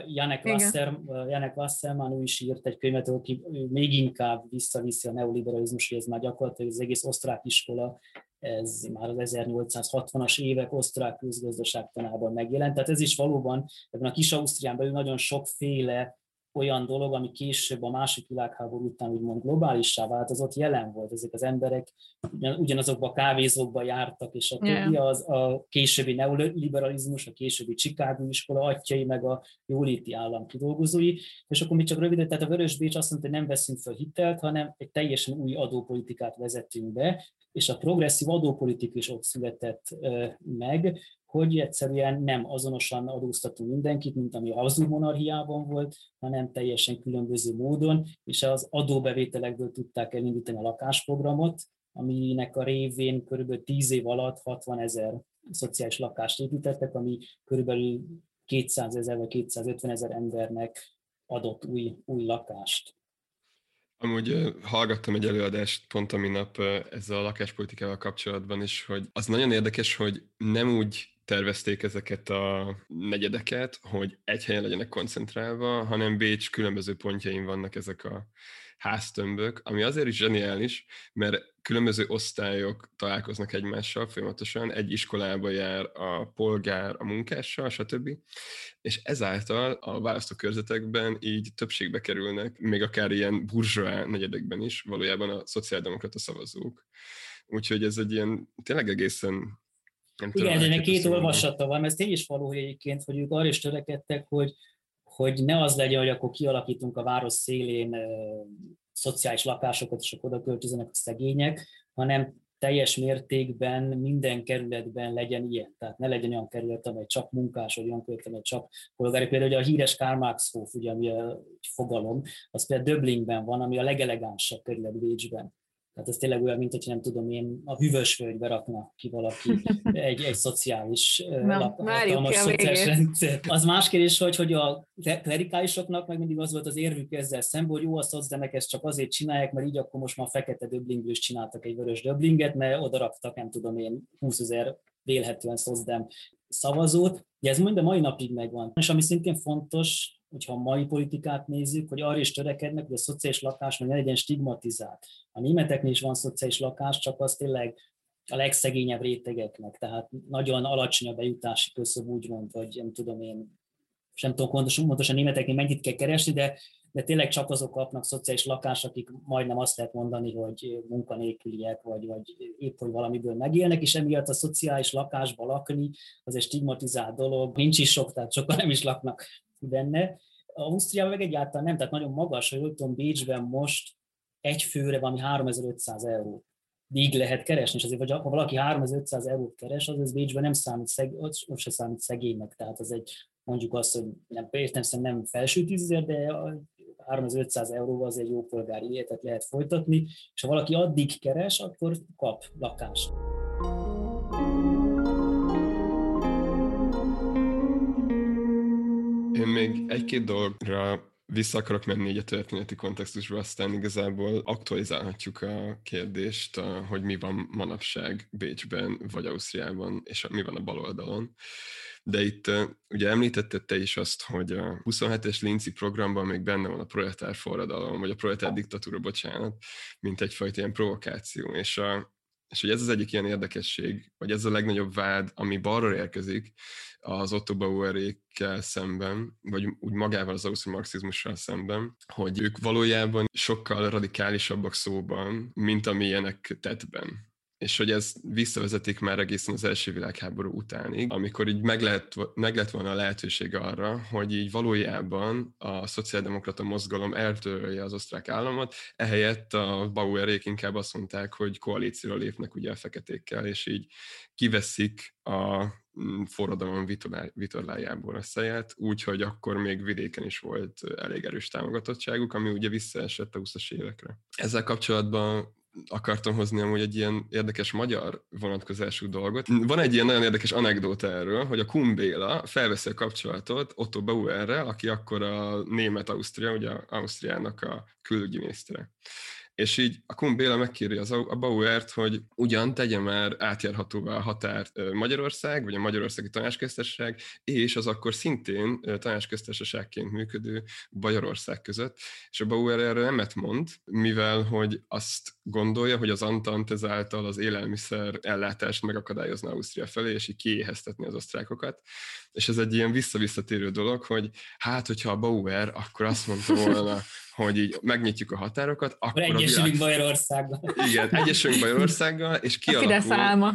Speaker 7: Janek Wasserman, ő is írt egy könyvet, aki még inkább visszaviszi a neoliberalizmus, hogy ez már gyakorlatilag az egész osztrák iskola, ez már az 1860-as évek osztrák közgazdaságtanában megjelent. Tehát ez is valóban ebben a kis Ausztrián belül nagyon sokféle olyan dolog, ami később a második világháború után úgymond globálissá változott, jelen volt. Ezek az emberek ugyanazokba a kávézókba jártak, és a többi a későbbi neoliberalizmus, a későbbi Chicago iskola atyai, meg a jóléti állam kidolgozói. És akkor mi csak röviden, tehát a Vörös Bécs azt mondta, hogy nem veszünk fel hitelt, hanem egy teljesen új adópolitikát vezetünk be, és a progresszív adópolitika is ott született meg, hogy egyszerűen nem azonosan adóztatunk mindenkit, mint ami a Habsburg monarchiában volt, hanem teljesen különböző módon, és az adóbevételekből tudták elindítani a lakásprogramot, aminek a révén körülbelül 10 év alatt 60 000 szociális lakást építettek, ami körülbelül 200 000 vagy 250 000 embernek adott új lakást.
Speaker 1: Amúgy hallgattam egy előadást pont a minap ezzel a lakáspolitikával kapcsolatban is, hogy az nagyon érdekes, hogy nem úgy tervezték ezeket a negyedeket, hogy egy helyen legyenek koncentrálva, hanem Bécs különböző pontjain vannak ezek a háztömbök, ami azért is zseniális, mert különböző osztályok találkoznak egymással folyamatosan, egy iskolába jár a polgár a munkással, stb. És ezáltal a választókörzetekben így többségbe kerülnek, még akár ilyen burzsóá negyedekben is, valójában a szociáldemokrata szavazók. Úgyhogy ez egy ilyen tényleg egészen
Speaker 7: igen, ennek két olvasata van, mert ez tény is való, hogy egyébként, hogy ők arra is törekedtek, hogy ne az legyen, hogy akkor kialakítunk a város szélén szociális lakásokat, és akkor oda költözenek a szegények, hanem teljes mértékben minden kerületben legyen ilyen. Tehát ne legyen olyan kerület, amely csak munkás, vagy olyan kerület, amely csak polgári. Például ugye a híres Karl Marx Hof, ugye, ami a fogalom, az például Döblingben van, ami a legelegánsabb kerület Bécsben. Tehát ez tényleg olyan, mint hogy nem tudom én, a Hűvösvölgybe rakna ki valaki egy szociális szociális rendszer. Az más kérdés, hogy a klerikálisoknak meg mindig az volt az érvük ezzel szemben, hogy jó, a szocdemek ezt csak azért csinálják, mert így akkor most már fekete Döblingből is csináltak egy vörös Döblinget, mert oda raktak, nem tudom én, 20 000 vélhetően szocdem szavazót. De ez mind a mai napig megvan. És ami szintén fontos, hogyha a mai politikát nézzük, hogy arra is törekednek, hogy a szociális lakás meg ne legyen stigmatizált. A németeknél is van szociális lakás, csak az tényleg a legszegényebb rétegeknek, tehát nagyon alacsony a bejutási küszöb, úgymond, vagy nem tudom én, sem tudom pontosan németeknél mennyit kell keresni, de tényleg csak azok kapnak szociális lakást, akik majdnem azt lehet mondani, hogy munkanélküliek, vagy épp, hogy valamiből megélnek, és emiatt a szociális lakásba lakni az egy stigmatizált dolog, nincs is sok, tehát sokan nem is laknak benne. Ausztriában meg egyáltalán nem, tehát nagyon magas, hogy tudom, Bécsben most egy főre valami 3500 euró. Így lehet keresni, és azért, ha valaki 3500 eurót keres, az Bécsben nem számít, se számít szegénynek, tehát az egy, mondjuk azt, hogy nem, értelemszerűen nem felső 10 000, de 3500 euróval az egy jó polgári életet lehet folytatni, és ha valaki addig keres, akkor kap lakást.
Speaker 1: Én még egy-két dologra vissza akarok menni így a történeti kontextusba, aztán igazából aktualizálhatjuk a kérdést, hogy mi van manapság Bécsben vagy Ausztriában, és mi van a bal oldalon. De itt ugye említetted te is azt, hogy a 27-es Linci programban még benne van a proletár forradalom, vagy a proletár diktatúra, bocsánat, mint egyfajta ilyen provokáció, és És hogy ez az egyik ilyen érdekesség, vagy ez a legnagyobb vád, ami balról érkezik az Otto Bauerékkel szemben, vagy úgy magával az ausztromarxizmussal szemben, hogy ők valójában sokkal radikálisabbak szóban, mint amilyenek tettben. És hogy ez visszavezetik már egészen az első világháború utánig, amikor így meg lett volna a lehetőség arra, hogy így valójában a szociáldemokrata mozgalom eltörölje az osztrák államot, ehelyett a Bauerék inkább azt mondták, hogy koalícióra lépnek ugye a feketékkel, és így kiveszik a forradalom vitorlájából a szejet, úgyhogy akkor még vidéken is volt elég erős támogatottságuk, ami ugye visszaesett a 20-as évekre. Ezzel kapcsolatban akartam hozni amúgy egy ilyen érdekes magyar vonatkozású dolgot. Van egy ilyen nagyon érdekes anekdóta erről, hogy a Kun Béla felveszi a kapcsolatot Otto Bauerrel, aki akkor a Német-Ausztria, ugye Ausztriának a külügyminisztere. És így a Kun Béla megkéri a Bauert, hogy ugyan tegye már átjárhatóvá a határt Magyarország, vagy a Magyarországi Tanácsköztársaság, és az akkor szintén tanácsköztársaságként működő Bajorország között. És a Bauer erre nemet mond, mivel hogy azt gondolja, hogy az Antant ezáltal az élelmiszer ellátást megakadályozna Ausztria felé, és így kiéheztetni az osztrákokat. És ez egy ilyen visszavisszatérő dolog, hogy hát, hogyha a Bauer akkor azt mondta volna, hogy így megnyitjuk a határokat, akkor
Speaker 7: egyesülünk Bajorországgal.
Speaker 1: Igen, egyesülünk Bajorországgal, és kialakul...
Speaker 8: A Fidesz álma.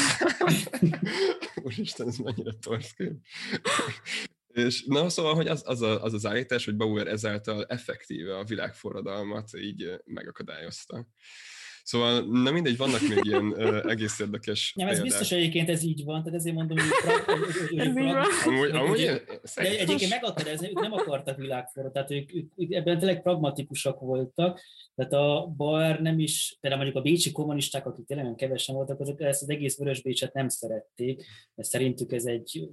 Speaker 1: Úristen, ez mennyire torszkép. És na, szóval, hogy az az állítás, hogy Bauer ezáltal effektíve a világforradalmat így megakadályozta. Szóval, na mindegy, vannak még ilyen egész érdekes
Speaker 7: példák. Ez biztos egyébként ez így van, tehát ezért mondom,
Speaker 1: hogy
Speaker 7: egyébként megakadályozni, ők nem akartak világforradalmat, tehát ők ebben tényleg pragmatikusak voltak, tehát a Bauer nem is, például mondjuk a bécsi kommunisták, akik tényleg kevesen voltak, azok ezt az egész Vörös Bécset nem szerették, mert szerintük ez egy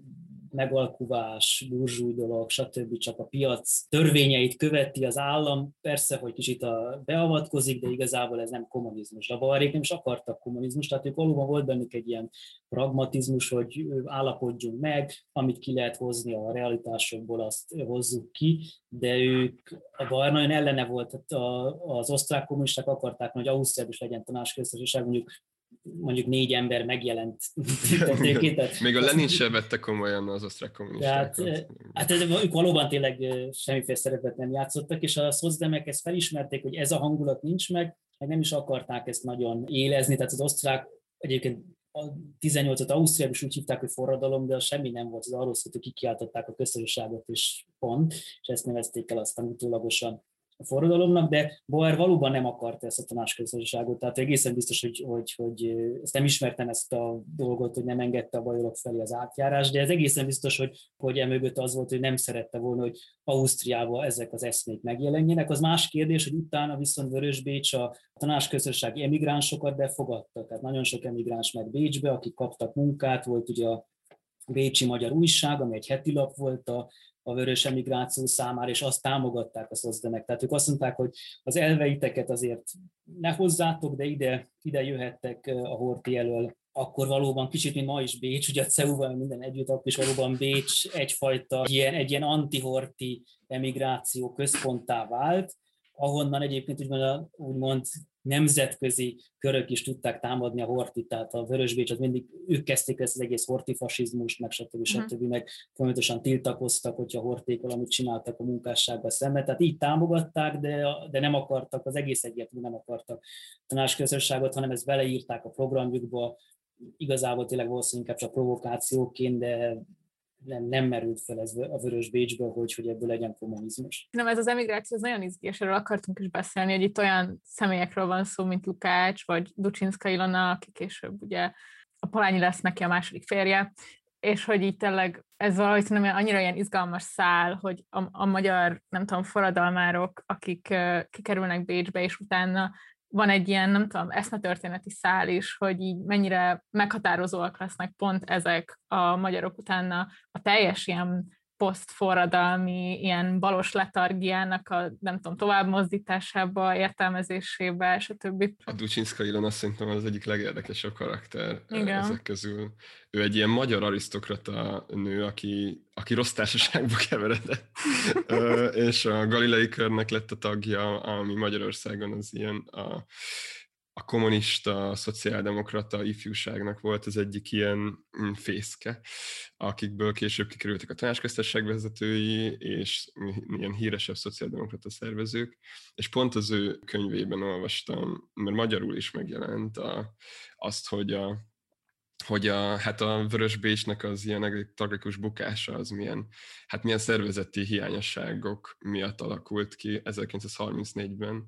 Speaker 7: megalkuvás, burzsúj dolog, stb. Csak a piac törvényeit követi az állam, persze, hogy kicsit beavatkozik, de igazából ez nem kommunizmus. A Bauerék nem is akartak kommunizmus, tehát ők valóban volt bennük egy ilyen pragmatizmus, hogy állapodjunk meg, amit ki lehet hozni a realitásokból, azt hozzuk ki, de a Bauer nagyon ellene volt, az osztrák kommunisták akarták, hogy Ausztriában is legyen tanácsköztársaság, mondjuk 4 ember megjelent.
Speaker 1: Még a Lenin sem vette komolyan az osztrák kommunistákat.
Speaker 7: Hát ők valóban tényleg semmiféle szerepet nem játszottak, és a szocdemek ezt felismerték, hogy ez a hangulat nincs meg nem is akarták ezt nagyon élezni, tehát az osztrák egyébként a 18-at Ausztriában is úgy hívták, hogy forradalom, de az semmi nem volt, az arról szólt, hogy kikiáltották a köztársaságot és pont, és ezt nevezték el aztán utólagosan a forradalomnak, de Bauer valóban nem akarta ezt a tanácsköztársaságot, tehát egészen biztos, hogy ezt nem ismertem ezt a dolgot, hogy nem engedte a bajorok felé az átjárás, de ez egészen biztos, hogy emögött az volt, hogy nem szerette volna, hogy Ausztriában ezek az eszmék megjelenjenek. Az más kérdés, hogy utána viszont Vörösbécs a tanácsköztársasági emigránsokat befogadta, tehát nagyon sok emigráns meg Bécsbe, akik kaptak munkát, volt ugye a Bécsi Magyar Újság, ami egy heti lap volt a vörös emigráció számára, és azt támogatták a szocdemek. Tehát ők azt mondták, hogy az elveiteket azért ne hozzátok, de ide jöhettek a Horthy elől. Akkor valóban kicsit, mint ma is Bécs, ugye a CEU-val minden együtt, akkor is valóban Bécs egyfajta egy ilyen anti-Horthy emigráció központtá vált, ahonnan egyébként úgymond nemzetközi körök is tudták támadni a Horthyt, tehát a Vörösbécs, az mindig ők kezdték ezt az egész horthyfasizmust, meg stb. Meg folyamatosan tiltakoztak, hogyha Horthyék valamit csináltak a munkássággal szemben, tehát így támogatták, de nem akartak, az egész egyértelműen nem akartak tanácsköztársaságot, hanem ezt beleírták a programjukba, igazából tényleg valószínűleg inkább csak provokációként, de nem merült fel ez a Vörös Bécsből, hogy ebből legyen kommunizmus.
Speaker 8: Nem, ez az emigráció, ez nagyon izgi, és erről akartunk is beszélni, hogy itt olyan személyekről van szó, mint Lukács, vagy Ducsinszka Ilona, aki később ugye a Palányi lesz neki a második férje, és hogy így tényleg ez valahogy szerintem annyira ilyen izgalmas szál, hogy a magyar, nem tudom, forradalmárok, akik kikerülnek Bécsbe, és utána van egy ilyen, nem tudom, eszmetörténeti szál is, hogy így mennyire meghatározóak lesznek pont ezek a magyarok utána a teljes ilyen posztforradalmi, ilyen balos letargiának a, nem tudom, továbbmozdításába, értelmezésébe, stb.
Speaker 1: A Ducsinszka Ilona szerintem az egyik legérdekesebb karakter
Speaker 8: Igen.
Speaker 1: Ezek közül. Ő egy ilyen magyar arisztokrata nő, aki rossz társaságba keveredett, és a Galilei körnek lett a tagja, ami Magyarországon az ilyen a kommunista, a szociáldemokrata ifjúságnak volt az egyik ilyen fészke, akikből később kikerültek a tanácsköztesség vezetői, és ilyen híresebb szociáldemokrata szervezők, és pont az ő könyvében olvastam, mert magyarul is megjelent azt, hogy a Vörös Bécsnek az ilyen tragikus bukása az milyen szervezeti hiányosságok miatt alakult ki 1934-ben.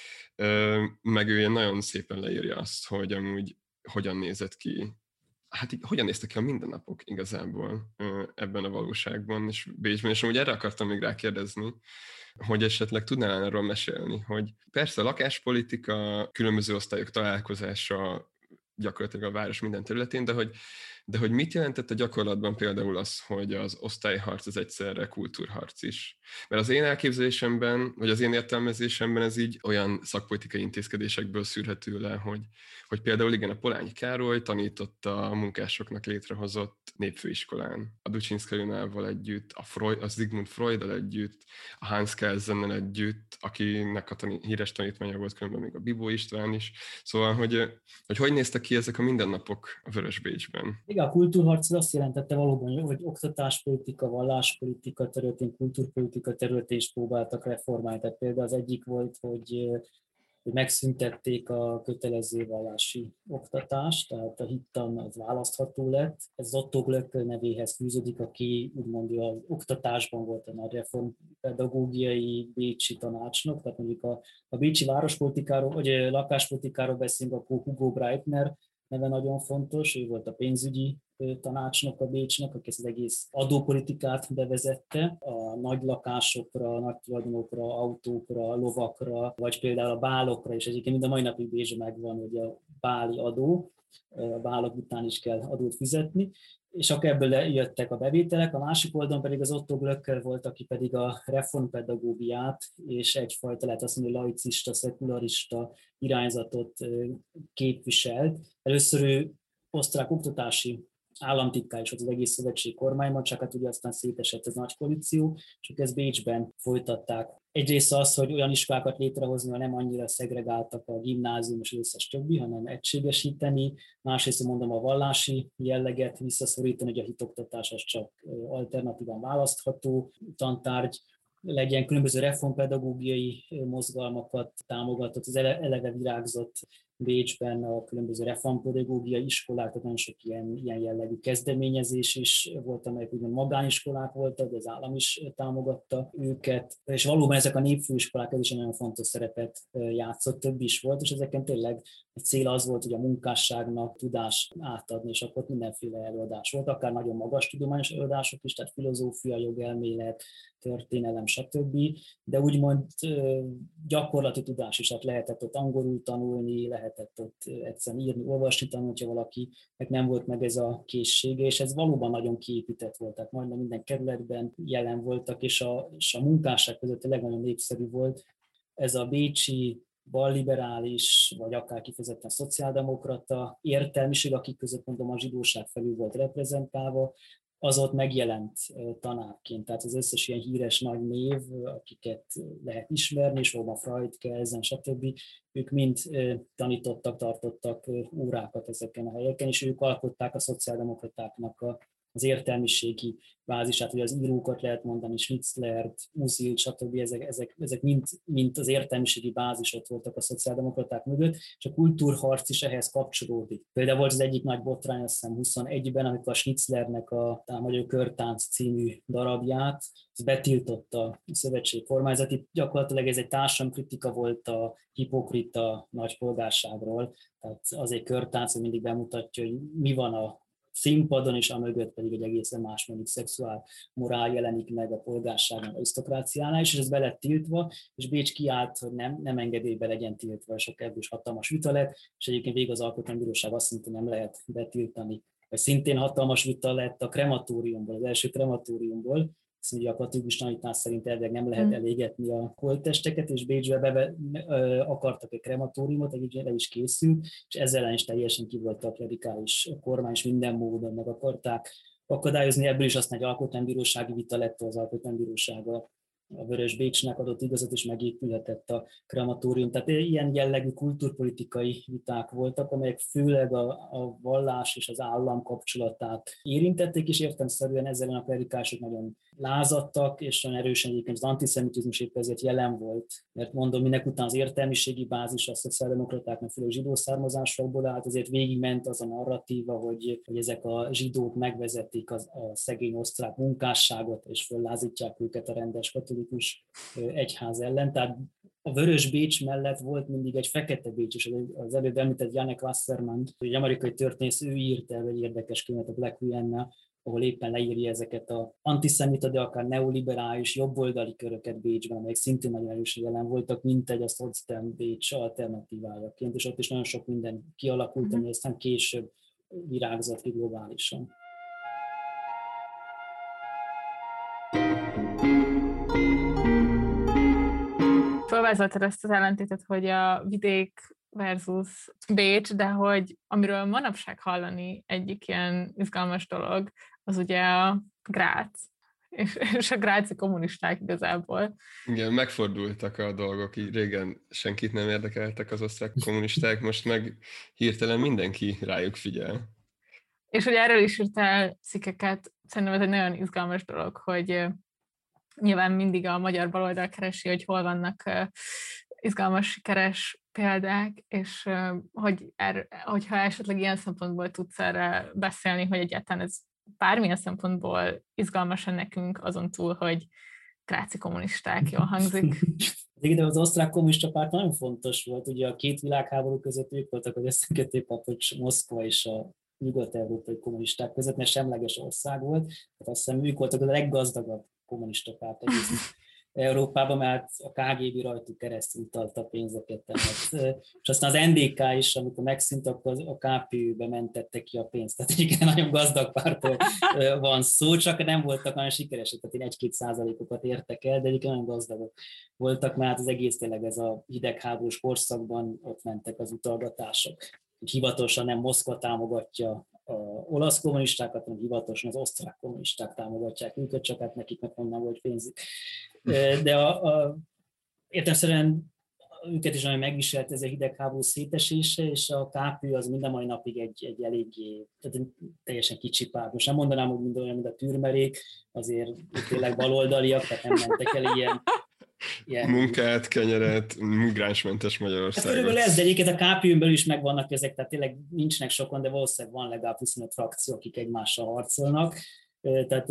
Speaker 1: Meg ő ilyen nagyon szépen leírja azt, hogy amúgy hogyan nézett ki, hogyan néztek ki a mindennapok igazából ebben a valóságban és Bécsben, és amúgy erre akartam még rákérdezni, hogy esetleg tudnál erről mesélni, hogy persze a lakáspolitika, különböző osztályok találkozása gyakorlatilag a város minden területén, de hogy mit jelentett a gyakorlatban például az, hogy az osztályharc az egyszerre kultúrharc is? Mert az én elképzelésemben, vagy az én értelmezésemben ez így olyan szakpolitikai intézkedésekből szűrhető le, hogy például igen, a Polányi Károly tanította a munkásoknak létrehozott népfőiskolán, a Ducsinszka Ilonával együtt, a Sigmund Freuddal együtt, a Hans Kelsennel együtt, akinek a híres tanítványa volt különben még a Bibó István is. Szóval, hogy néztek ki ezek a mindennapok a Vörös Bécsben?
Speaker 7: Igen, a kultúrharc azt jelentette valóban, hogy oktatáspolitika, valláspolitika területén, kultúrpolitika területén is próbáltak reformálni. Tehát például az egyik volt, hogy megszüntették a kötelező vallási oktatást, tehát a hittan az választható lett. Ez az Otto Glöckl nevéhez fűződik, aki úgymond az oktatásban volt a nagy reformpedagógiai bécsi tanácsnok, tehát mondjuk a bécsi várospolitikáról, vagy lakáspolitikáról beszélünk, akkor Hugo Breitner neve nagyon fontos, ő volt a pénzügyi tanácsnok a Bécsnek, aki ezt az egész adópolitikát bevezette a nagy lakásokra, nagy tulajdonokra, autókra, lovakra, vagy például a bálokra, és egyébként mind a mai napig Bécsben megvan, hogy a báli adó, a bálok után is kell adót fizetni, és akkor ebből jöttek a bevételek, a másik oldalon pedig az Otto Glöckl volt, aki pedig a reformpedagógiát és egyfajta, lehet azt mondani, laicista, szekularista irányzatot képviselt. Először ő osztrák oktatási államtitkár is volt az egész szövetség kormányban, csak hát ugye aztán szétesett az nagy koalíció, és ők ezt Bécsben folytatták. Egyrészt az, hogy olyan iskolákat létrehozni, hogy nem annyira szegregáltak a gimnázium és összes többi, hanem egységesíteni. Másrészt mondom a vallási jelleget visszaszorítani, hogy a hitoktatás az csak alternatíván választható tantárgy legyen, különböző reformpedagógiai mozgalmakat támogatott, az eleve virágzott Bécsben a különböző reformpedagógiai iskolák, tehát nagyon sok ilyen jellegű kezdeményezés is volt, amelyek úgymond magániskolák voltak, de az állam is támogatta őket, és valóban ezek a népfőiskolák ez is nagyon fontos szerepet játszott, több is volt, és ezeken tényleg a cél az volt, hogy a munkásságnak tudást átadni, és akkor mindenféle előadás volt, akár nagyon magas tudományos előadások is, tehát filozófia, jogelmélet, történelem, stb. De úgymond gyakorlati tudás is, tehát lehetett ott angolul tanulni, lehetett ott egyszerűen írni, olvasni tanulni, hogyha valakinek nem volt meg ez a készsége, és ez valóban nagyon kiépített volt, tehát majdnem minden kerületben jelen voltak, és a munkásság között tényleg nagyon népszerű volt. Ez a bécsi balliberális, vagy akár kifejezetten szociáldemokrata értelmiség, akik között mondom a zsidóság felül volt reprezentálva, az ott megjelent tanárként. Tehát az összes ilyen híres nagy név, akiket lehet ismerni, és valóban Freud, Kelsen, stb. Ők mind tanítottak, tartottak órákat ezeken a helyeken, és ők alkották a szociáldemokratáknak az értelmiségi bázisát, hogy az írókat lehet mondani, Schnitzlert, Musil, stb. Ezek mind az értelmiségi bázisok voltak a szociáldemokraták mögött, és a kultúrharc is ehhez kapcsolódik. Például volt az egyik nagy botrány, azt hiszem 21-ben, amikor a Schnitzlernek a Magyar Körtánc című darabját betiltotta a szövetség kormányzat. Itt gyakorlatilag ez egy társadalomkritika volt a hipokrita nagypolgárságról, tehát az egy körtánc, hogy mindig bemutatja, hogy mi van a színpadon, és amögött pedig egy egészen más mondjuk szexuál morál jelenik meg a polgárságon, arisztokráciánál, és ez be lett tiltva, és Bécs kiállt, hogy nem engedélybe legyen tiltva, és ebből is hatalmas vita lett, és egyébként végig az Alkotmánybíróság azt mondta, nem lehet betiltani. Vagy szintén hatalmas vita lett a krematóriumból, az első krematóriumból, azt mondja, a katolikus tanítás szerint elvileg nem lehet elégetni a holttesteket, és Bécsbe akartak egy krematóriumot, egyébként el is készült, és ezzel ellen is teljesen ki volt a klerikális kormány, és minden módon meg akarták akadályozni, ebből is aztán egy alkotmánybírósági vita lett, az alkotmánybírósága a Vörös Bécsnek adott igazat, és megépülhetett a krematórium. Tehát ilyen jellegű kultúrpolitikai viták voltak, amelyek főleg a vallás és az állam kapcsolatát érintették, és értelemszerűen ezzel a klerikások nagyon lázadtak, és nagyon erősen egyébként az antiszemitizmus épp ezért jelen volt. Mert mondom, minek után az értelmiségi bázis a szociáldemokratáknak, főleg zsidó származásokból állt, azért végigment az a narratíva, hogy ezek a zsidók megvezetik a szegény osztrák munkásságot, és föllázítják őket a rendes katolikus egyház ellen. Tehát a Vörös Bécs mellett volt mindig egy Fekete Bécs, és az előbb említett Janek Wasserman, egy amerikai történész, ő írt el egy érdekes könyvet, a Black Vienna, ahol éppen leírja ezeket az antiszemita, de akár neoliberális, jobboldali köröket Bécsben, amelyek szintén nagyon erősen jelen voltak, mint egy a Potsdam Bécs alternatívájaként, és ott is nagyon sok minden kialakult, ami aztán később virágzott ki globálisan.
Speaker 8: Felvázoltad ezt az ellentétet, hogy a vidék versus Bécs, de hogy amiről manapság hallani egyik ilyen izgalmas dolog, az ugye a Grác, és a gráci kommunisták igazából.
Speaker 1: Igen, megfordultak a dolgok, így régen senkit nem érdekeltek az osztrák kommunisták, most meg hirtelen mindenki rájuk figyel.
Speaker 8: És hogy erről is írtál cikkeket, szerintem ez egy nagyon izgalmas dolog, hogy nyilván mindig a magyar baloldal keresi, hogy hol vannak izgalmas, sikeres példák, és hogyha esetleg ilyen szempontból tudsz erre beszélni, hogy egyáltalán ez bármilyen szempontból izgalmas nekünk, azon túl, hogy gráci kommunisták, jól hangzik.
Speaker 7: De az osztrák kommunista párt nagyon fontos volt, ugye a két világháború között ők voltak az összekötőpapocs Moszkva és a nyugat-európai kommunisták között, mert semleges ország volt, tehát azt hiszem ők voltak a leggazdagabb kommunista párt egész Európában, mert a KGB rajtuk keresztül utalta pénzeket. Tehát, és aztán az NDK is, amikor megszűnt, akkor a KPÖ-be mentette ki a pénzt. Tehát igen, nagyon gazdag pártól van szó, csak nem voltak nagyon sikeresek, tehát 1-2% értek el, de egyébként nagyon gazdagok voltak, mert az egész tényleg ez a hidegháborús korszakban ott mentek az utalgatások. Hivatalosan nem Moszkva támogatja az olasz kommunistákat, hanem hivatalosan az osztrák kommunisták támogatják őket, csak hát nekik meg onnan volt pénzük. De értelemszerűen őket is nagyon megviselt ez a hidegháború szétesése, és a KPÖ az mind a mai napig egy eléggé, tehát teljesen kicsi párt. Most nem mondanám, hogy mind olyan, mint a Türmerék, azért tényleg baloldaliak, tehát nem mentek el ilyen
Speaker 1: munkát, kenyeret, migránsmentes Magyarországon.
Speaker 7: Hát körülbelül ez, de egyébként a KPÖ-n belül is megvannak ezek, tehát tényleg nincsenek sokan, de valószínűleg van legalább 25 frakció, akik egymással harcolnak, tehát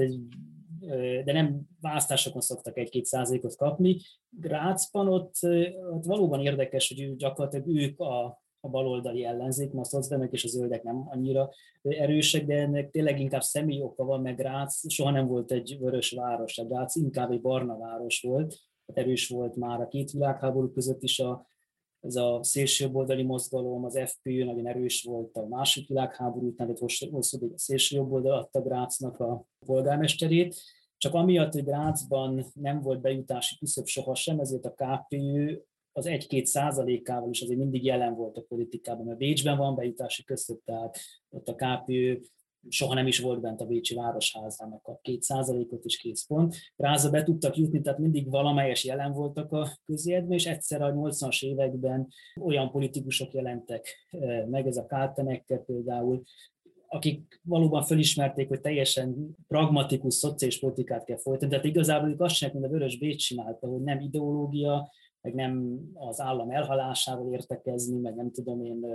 Speaker 7: de nem választásokon szoktak 1-2%-ot kapni. Grácsban ott valóban érdekes, hogy gyakorlatilag ők a baloldali ellenzék, mert a szociáldemokraták és a zöldek nem annyira erősek, de ennek tényleg inkább személyi oka van, meg Grác soha nem volt egy vörös város, a Grác inkább egy barna város volt, erős volt már a két világháború között is ez a szélsőjobboldali mozgalom, az FPÖ nagyon erős volt a második világháború után, tehát hosszú a szélsőjobboldal adta Grácsnak a polgármesterét. Csak amiatt, hogy Grácsban nem volt bejutási küszöb sohasem, ezért a KPÖ az 1-2%-ával is azért mindig jelen volt a politikában, mert Bécsben van bejutási küszöb, tehát ott a KPÖ soha nem is volt bent a bécsi városházának a 2%-ot is kész pont. Grácsba be tudtak jutni, tehát mindig valamelyes jelen voltak a közéletben, és egyszer a 80-as években olyan politikusok jelentek meg, ez a Kaltenegger például, akik valóban felismerték, hogy teljesen pragmatikus, szociális politikát kell folytatni. Tehát igazából ők azt csinálják, mint a Vörös Bécs csinálta, hogy nem ideológia, meg nem az állam elhalásával értekezni, meg nem tudom én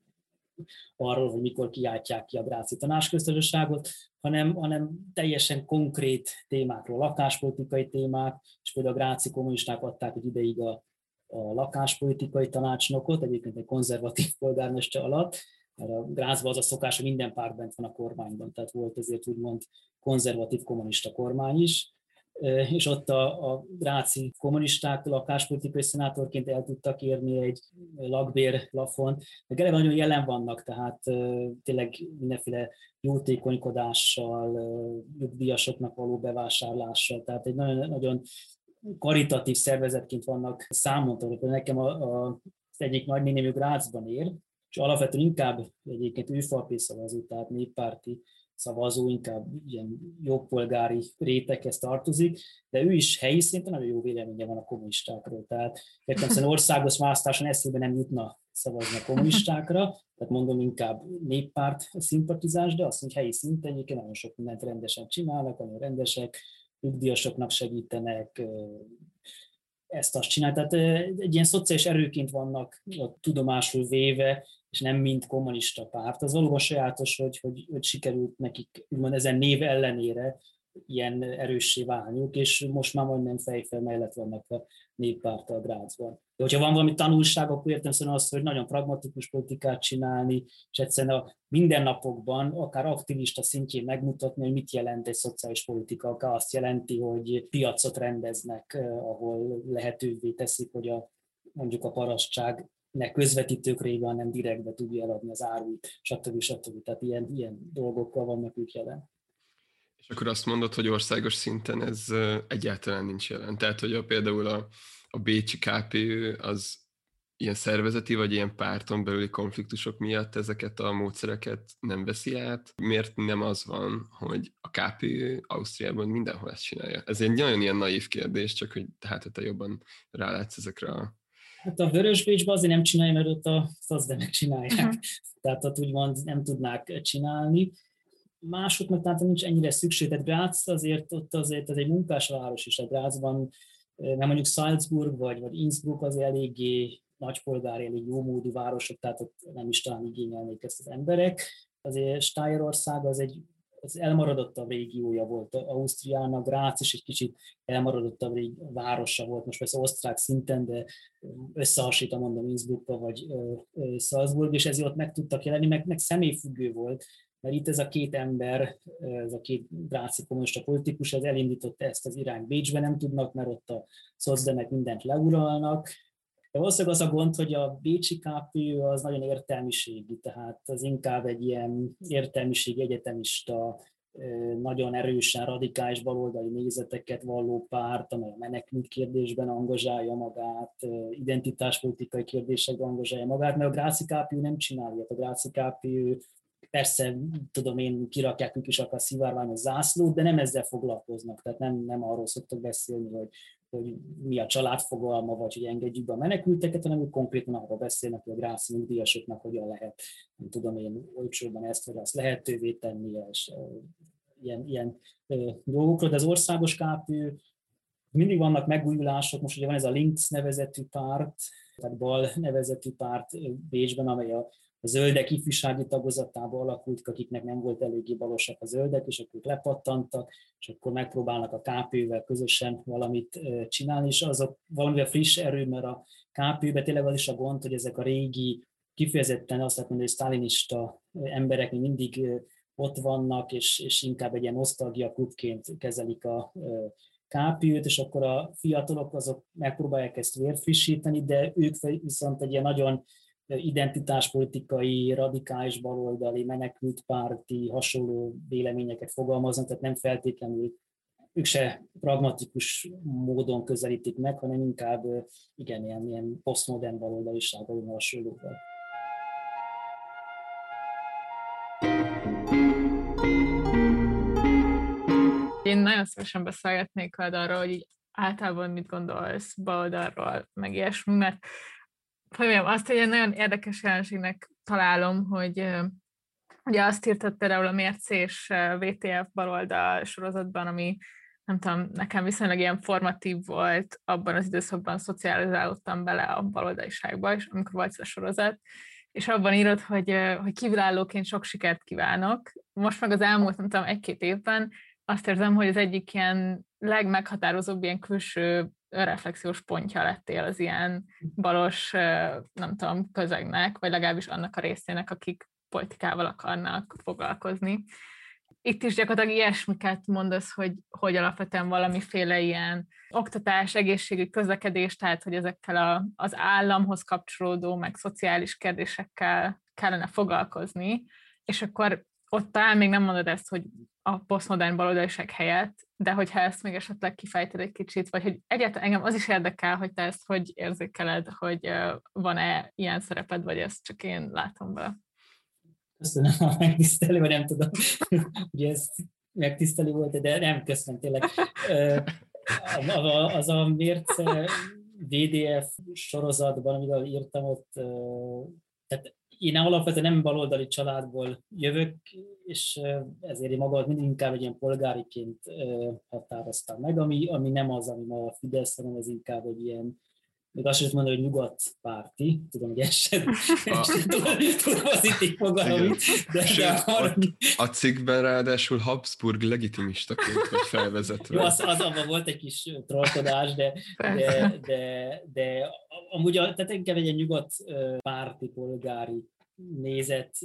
Speaker 7: arról, hogy mikor kiáltják ki a gráci tanácsköztársaságot, hanem teljesen konkrét témákról, lakáspolitikai témák, és például a gráci kommunisták adták egy ideig a lakáspolitikai tanácsnokot, egyébként egy konzervatív polgármester alatt, mert a Grácsban az a szokás, hogy minden párt bent van a kormányban, tehát volt ezért úgymond konzervatív kommunista kormány is, és ott a gráci kommunisták lakáspolitikai szenátorként el tudtak érni egy lakbér plafont, meg eleve nagyon jelen vannak, tehát tényleg mindenféle jótékonykodással, nyugdíjasoknak való bevásárlással, tehát egy nagyon, nagyon karitatív szervezetként vannak számon tartva. Nekem az egyik nagynéném Grácsban él, és alapvetően inkább egyébként ő falpé szavazó, tehát néppárti szavazó, inkább ilyen jobbpolgári réteghez tartozik, de ő is helyi szinten nagyon jó véleménye van a kommunistákról. Tehát értelemszerűen országos választáson eszébe nem jutna szavazni a kommunistákra, tehát mondom inkább néppárt szimpatizás, de azt mondja, helyi szinten egyébként nagyon sok mindent rendesen csinálnak, nagyon rendesek, nyugdíjasoknak segítenek, ezt-azt csinál. Tehát egy ilyen szociális erőként vannak tudomásul véve, és nem mint kommunista párt. Az valóban sajátos, hogy sikerült nekik úgymond ezen név ellenére ilyen erőssé válniuk, és most már majdnem fejfel mellett vannak a néppárttal Grazban. De hogyha van valami tanulság, akkor értelemszerűen az, hogy nagyon pragmatikus politikát csinálni, és egyszerűen a mindennapokban, akár aktivista szintjén megmutatni, hogy mit jelent egy szociális politika. Akár azt jelenti, hogy piacot rendeznek, ahol lehetővé teszik, hogy mondjuk a parasztság ne közvetítők révén, hanem direktbe tudja eladni az árut, stb. Tehát ilyen dolgokkal vannak ők jelen.
Speaker 1: És akkor azt mondod, hogy országos szinten ez egyáltalán nincs jelen. Tehát, hogy például a bécsi KPÖ az ilyen szervezeti vagy ilyen párton belüli konfliktusok miatt ezeket a módszereket nem veszi át. Miért nem az van, hogy a KPÖ Ausztriában mindenhol ezt csinálja? Ez egy nagyon ilyen naív kérdés, csak hogy hát te jobban rálátsz ezekre a...
Speaker 7: Hát a Vörösbécsben azért nem csinálja, mert ott a szazdemek csinálják. Tehát ott úgymond nem tudnák csinálni. Másoknak tehát nincs ennyire szükség. Tehát Graz azért ez egy munkásváros is. A Grazban, nem mondjuk Salzburg vagy Innsbruck az eléggé nagypolgári, elég jómódú városok, tehát ott nem is talán igényelnék ezt az emberek. Azért Steierország az elmaradottabb régiója volt Ausztriának, Graz is egy kicsit elmaradottabb városa volt, most persze osztrák szinten, de összehasonlítva mondom Innsbruckkal vagy Salzburg, és ezért ott meg tudtak jelenni, meg személyfüggő volt, mert itt ez a két ember, ez a két gráci kommunista politikus, ez elindította ezt az irányt. Bécsben nem tudnak, mert ott a szocdemek mindent leuralnak. De valószínűleg az a gond, hogy a bécsi KPÖ az nagyon értelmiségi, tehát az inkább egy ilyen értelmiségi egyetemista, nagyon erősen radikális baloldali nézeteket valló párt, amely a menekült kérdésben angazsálja magát, identitáspolitikai kérdésekben angazsálja magát, mert a gráci KPÖ nem csinálja. A gráci KPÖ persze, tudom én, kirakják ők is akár szivárványos zászlót, de nem ezzel foglalkoznak, tehát nem arról szoktak beszélni, hogy mi a családfogalma, vagy hogy engedjük be a menekülteket, hanem ők konkrétan arról beszélnek, hogy a gráci nyugdíjasoknak hogyan lehet, nem tudom én, olcsóban ezt vagy azt lehetővé tenni, és ilyen dolgokról, de az országos KPÖ mindig vannak megújulások, most ugye van ez a Links nevezetű párt, tehát bal nevezetű párt Bécsben, amely a zöldek ifjúsági tagozatába alakult, akiknek nem volt eléggé balosak a zöldek, és akkor lepattantak, és akkor megpróbálnak a KPÖ-vel közösen valamit csinálni, és azok valamivel friss erő, mert a KPÖ-ben tényleg az is a gond, hogy ezek a régi, kifejezetten azt lehet mondani, hogy sztálinista emberek mindig ott vannak, és inkább egy ilyen nosztalgia klubként kezelik a KPÖ-t, és akkor a fiatalok azok megpróbálják ezt vérfrissíteni, de ők viszont egy ilyen nagyon identitáspolitikai, radikális baloldali, menekültpárti, hasonló véleményeket fogalmaznak, tehát nem feltétlenül ők se pragmatikus módon közelítik meg, hanem inkább igen, ilyen posztmodern baloldalisággal, hasonlóval.
Speaker 8: Én nagyon szívesen beszélgetnék veled arról, hogy így általában mit gondolsz baloldalról, meg ilyesmi, mert azt, hogy egy nagyon érdekes jelenségnek találom, hogy ugye azt írtad például a Mércés VTF baloldal sorozatban, ami nem tudom, nekem viszonylag ilyen formatív volt, abban az időszakban szocializálódtam bele a baloldaliságba, és amikor volt ez a sorozat, és abban írod, hogy kívülállóként sok sikert kívánok. Most meg az elmúlt, nem tudom, 1-2 évben azt érzem, hogy az egyik ilyen legmeghatározóbb ilyen külső reflexiós pontja lettél az ilyen balos, nem tudom, közegnek, vagy legalábbis annak a részének, akik politikával akarnak foglalkozni. Itt is gyakorlatilag ilyesmiket mondasz, hogy alapvetően valamiféle ilyen oktatás, egészségügy, közlekedés, tehát hogy ezekkel az államhoz kapcsolódó, meg szociális kérdésekkel kellene foglalkozni, és akkor ott talán még nem mondod ezt, hogy a posztmodern baloldaliság helyett, de hogyha ezt még esetleg kifejted egy kicsit, vagy hogy egyáltalán engem az is érdekel, hogy te ezt hogy érzékeled, hogy van-e ilyen szereped, vagy ezt csak én látom be.
Speaker 7: Köszönöm a megtisztelő, vagy nem tudom, ugye ez megtisztelő volt, de nem, köszönöm tényleg. Az a mérce VDF sorozatban, amivel írtam ott, tehát én alapvetően nem baloldali családból jövök, és ezért magamat mindig inkább egy ilyen polgáriként határoztam meg, ami nem az, ami ma a Fidesz, hanem ez inkább egy ilyen, még azt sem mondani, hogy nyugatpárti, tudom, hogy ez sem tudom az itt így fogalom, de
Speaker 1: a cikkben ráadásul Habsburg legitimistaként vagy felvezetve.
Speaker 7: Jó, az abban volt egy kis trollkodás, de amúgy tehát inkább egy nyugatpárti polgári nézet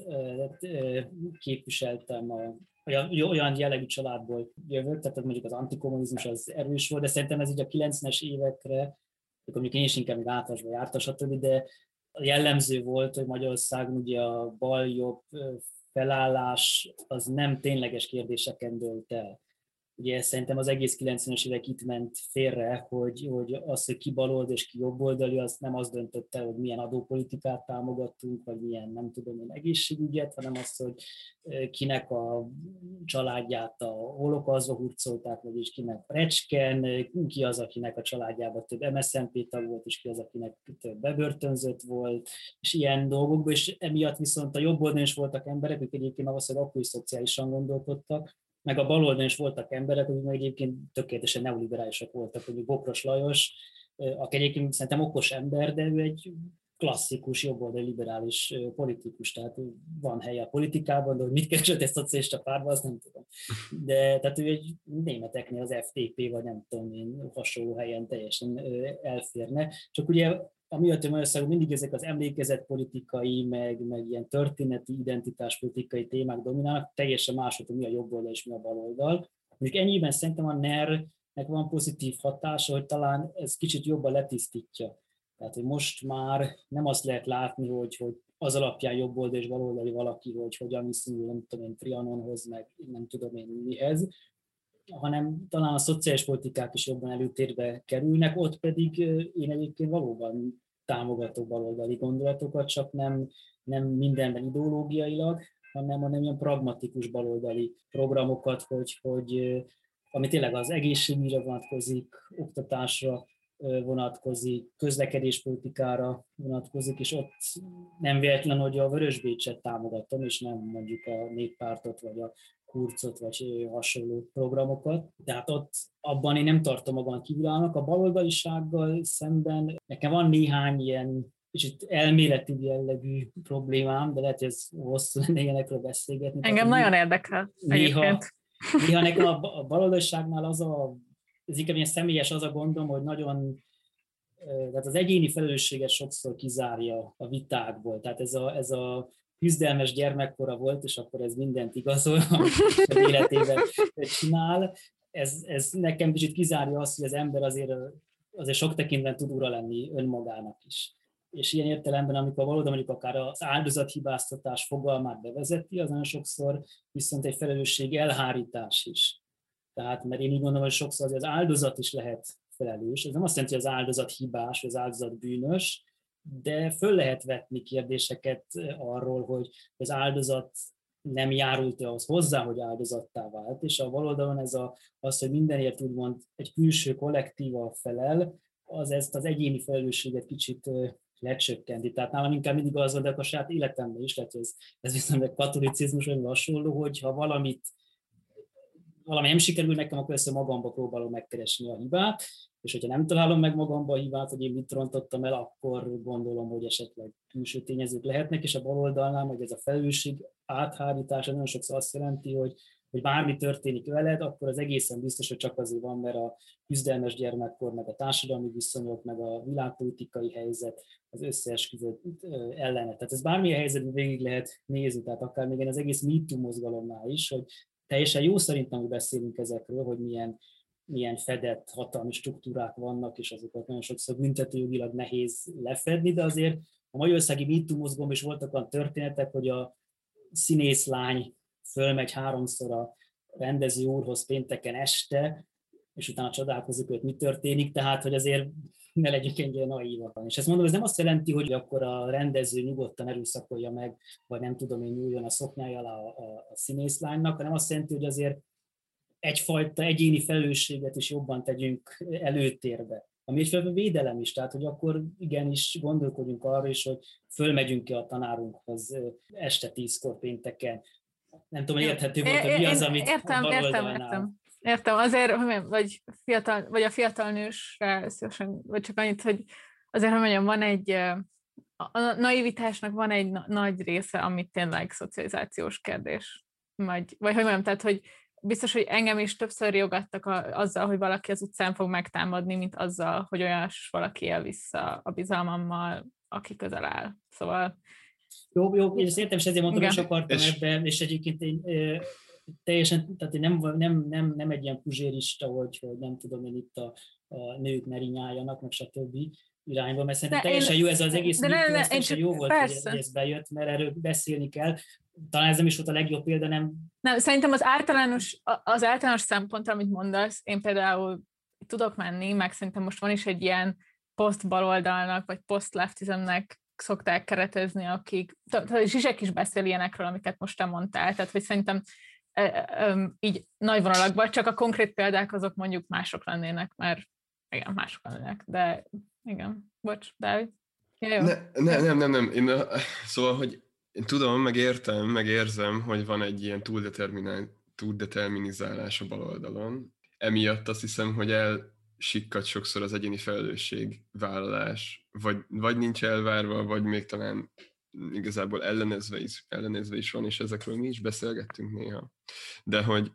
Speaker 7: képviseltem olyan jellegű családból jövök, tehát mondjuk az antikommunizmus az erős volt, de szerintem ez így a 90-es évekre, akkor mondjuk én is inkább még általánosban jártam, stb., de jellemző volt, hogy Magyarországon ugye a bal-jobb felállás az nem tényleges kérdéseken dőlt el. Ugye szerintem az egész 90-es évek itt ment félre, hogy az, hogy ki baloldali és ki jobboldali, az nem az döntötte, hogy milyen adópolitikát támogattunk, vagy milyen, nem tudom én, egészségügyet, hanem az, hogy kinek a családját a holokausztba hurcolták, vagyis kinek Recske, ki az, akinek a családjában több MSZNP tag volt, és ki az, akinek több bebörtönzött volt, és ilyen dolgokban, és emiatt viszont a jobb oldalon is voltak emberek, akik egyébként ahhoz, hogy akkor is szociálisan gondolkodtak, meg a baloldalon is voltak emberek, akik meg egyébként tökéletesen neoliberálisak voltak, hogy Bokros Lajos, aki egyébként szerintem okos ember, de ő egy klasszikus jobboldali liberális politikus, tehát van helye a politikában, de hogy mit keresett egy szocialista pártban, azt nem tudom. De tehát ő egy németeknél az FDP, vagy nem tudom én, hasonló helyen teljesen elférne. Csak ugye amiatt, hogy Magyarországon mindig ezek az emlékezetpolitikai, meg ilyen történeti, identitáspolitikai témák dominálnak, teljesen máshogy, hogy mi a jobb oldal és mi a bal oldal. Mondjuk ennyiben szerintem a NER-nek van pozitív hatása, hogy talán ez kicsit jobban letisztítja. Tehát, hogy most már nem azt lehet látni, hogy az alapján jobb oldal és bal oldali valaki, hogy hogyan viszonyul, nem tudom én, Trianonhoz, meg nem tudom én mihez, hanem talán a szociális politikák is jobban előtérbe kerülnek, ott pedig én egyébként valóban támogatok baloldali gondolatokat, csak nem mindenben ideológiailag, hanem ilyen pragmatikus baloldali programokat, hogy ami tényleg az egészségügyre vonatkozik, oktatásra vonatkozik, közlekedéspolitikára vonatkozik, és ott nem véletlen, hogy a Vörösbécset támogatom, és nem mondjuk a Néppártot, vagy a Kurzot, vagy hasonló programokat. Tehát ott abban én nem tartom magam kívülállónak. A baloldalisággal szemben nekem van néhány ilyen kicsit elméleti jellegű problémám, de lehet, hogy ez hosszú lenne ilyenekről beszélgetni.
Speaker 8: Engem nagyon érdekel egyébként.
Speaker 7: Néha nekem a baloldaliságnál ez inkább ilyen személyes az a gondom, hogy nagyon, tehát az egyéni felelősséget sokszor kizárja a vitákból. Tehát ez a küzdelmes gyermekkora volt, és akkor ez mindent igazol, amit az életében csinál. Ez nekem kicsit kizárja azt, hogy az ember azért sok tekintetben tud ura lenni önmagának is. És ilyen értelemben, amikor valóban mondjuk akár az áldozathibáztatás fogalmát bevezeti, az nagyon sokszor viszont egy felelősség elhárítás is. Tehát, mert én úgy gondolom, hogy sokszor az áldozat is lehet felelős. Ez nem azt jelenti, hogy az áldozat hibás, vagy az áldozat bűnös, de föl lehet vetni kérdéseket arról, hogy az áldozat nem járult ahhoz hozzá, hogy áldozattá vált, és a baloldalon az, hogy mindenért úgymond egy külső kollektíva felel, az ezt az egyéni felelősséget kicsit lecsökkenti. Tehát nálam inkább mindig az van, de a saját életemben is, tehát ez viszont egy katolicizmus, vagy hasonló, hogy ha valami nem sikerül nekem, akkor ezt magamba próbálom megkeresni a hibát, és hogyha nem találom meg magamba a hibát, hogy én mit rontottam el, akkor gondolom, hogy esetleg külső tényezők lehetnek, és a baloldalnál meg ez a felelősség áthárítása nagyon sokszor azt jelenti, hogy bármi történik veled, akkor az egészen biztos, hogy csak azért van, mert a küzdelmes gyermekkor, meg a társadalmi viszonyok, meg a világpolitikai helyzet az összeesküvő ellene. Tehát ez bármilyen helyzetben végig lehet nézni, tehát akár még az egész MeToo mozgalomnál is, hogy teljesen jó szerintem, hogy beszélünk ezekről, hogy milyen fedett hatalmi struktúrák vannak, és azokat nagyon sokszor büntetőjogilag nehéz lefedni, de azért a magyarországi MeToo mozgalom is voltak olyan történetek, hogy a színészlány fölmegy 3-szor a rendező úrhoz pénteken este, és utána csodálkozik, hogy mi történik, tehát hogy azért ne legyünk ennyire naívak. És ezt mondom, ez nem azt jelenti, hogy akkor a rendező nyugodtan erőszakolja meg, vagy nem tudom én, nyúljon a szoknyája alá a színészlánynak, hanem azt jelenti, hogy azért egyfajta egyéni felelősséget is jobban tegyünk előtérbe. Ami egyfajta védelem is, tehát hogy akkor igenis gondolkodjunk arra is, hogy fölmegyünk-e a tanárunkhoz este 10-kor pénteken. Nem tudom, érthető volt, hogy mi az, amit
Speaker 8: Értem, azért, vagy a fiatal nősre szívesen, vagy csak annyit, hogy azért, hogy mondjam, van egy, a naivitásnak van egy nagy része, amit tényleg szocializációs kérdés. Vagy hogy mondjam, tehát, hogy biztos, hogy engem is többször riogattak azzal, hogy valaki az utcán fog megtámadni, mint azzal, hogy olyas valaki él vissza a bizalmammal, aki közel áll. Szóval...
Speaker 7: Jó, én ezt értem, és ezért mondtam, hogy akartam ebben, és egyébként én teljesen, tehát én nem egy ilyen puzsérista, hogy nem tudom én itt a nők ne rinyáljanak, meg stb. Irányba, mert szerintem teljesen jó ez az egész teljesen jó volt, hogy ez bejött, mert erről beszélni kell. Talán ez nem is volt a legjobb példa, nem...
Speaker 8: Nem, szerintem az általános szempont, amit mondasz, én például tudok menni, meg szerintem most van is egy ilyen post-baloldalnak, vagy post-leftizmnek szokták keretezni, akik... Zsizsek is beszél ilyenekről, amiket most te mondtál, tehát hogy szerintem így nagy vonalakban, csak a konkrét példák azok mondjuk mások lennének, mert igen, mások lennének, de igen, bocs, Dávid.
Speaker 1: Ja, nem. Szóval, hogy én tudom, meg értem, meg érzem, hogy van egy ilyen túldeterminizálás a baloldalon. Emiatt azt hiszem, hogy elsikkadt sokszor az egyéni felelősségvállalás, vagy nincs elvárva, vagy még talán igazából ellenezve is van, és ezekről mi is beszélgettünk néha. De hogy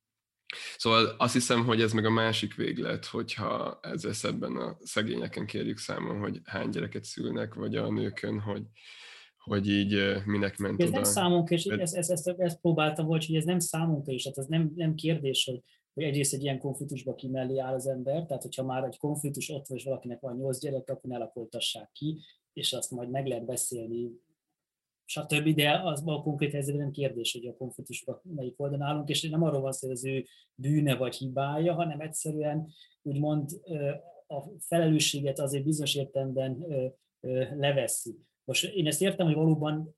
Speaker 1: szóval azt hiszem, hogy ez meg a másik véglet, hogyha ezzel szebben a szegényeken kérjük számon, hogy hány gyereket szülnek, vagy a nőkön, hogy így minek ment
Speaker 7: ez
Speaker 1: oda.
Speaker 7: Ez nem számunkra, és ezt próbáltam, hogy ez nem számunkra is, tehát ez nem kérdés, hogy egyrészt egy ilyen konfliktusba ki mellé áll az ember, tehát hogyha már egy konfliktus ott van, és valakinek van 8 gyerek, akkor ne lakoltassák ki, és azt majd meg lehet beszélni, stb. De az a konkrét helyzetben nem kérdés, hogy a konfliktusban melyik oldalon állunk, és nem arról van szó, hogy az ő bűne vagy hibája, hanem egyszerűen úgymond a felelősséget azért bizonyos értelemben leveszi. Most én ezt értem, hogy valóban,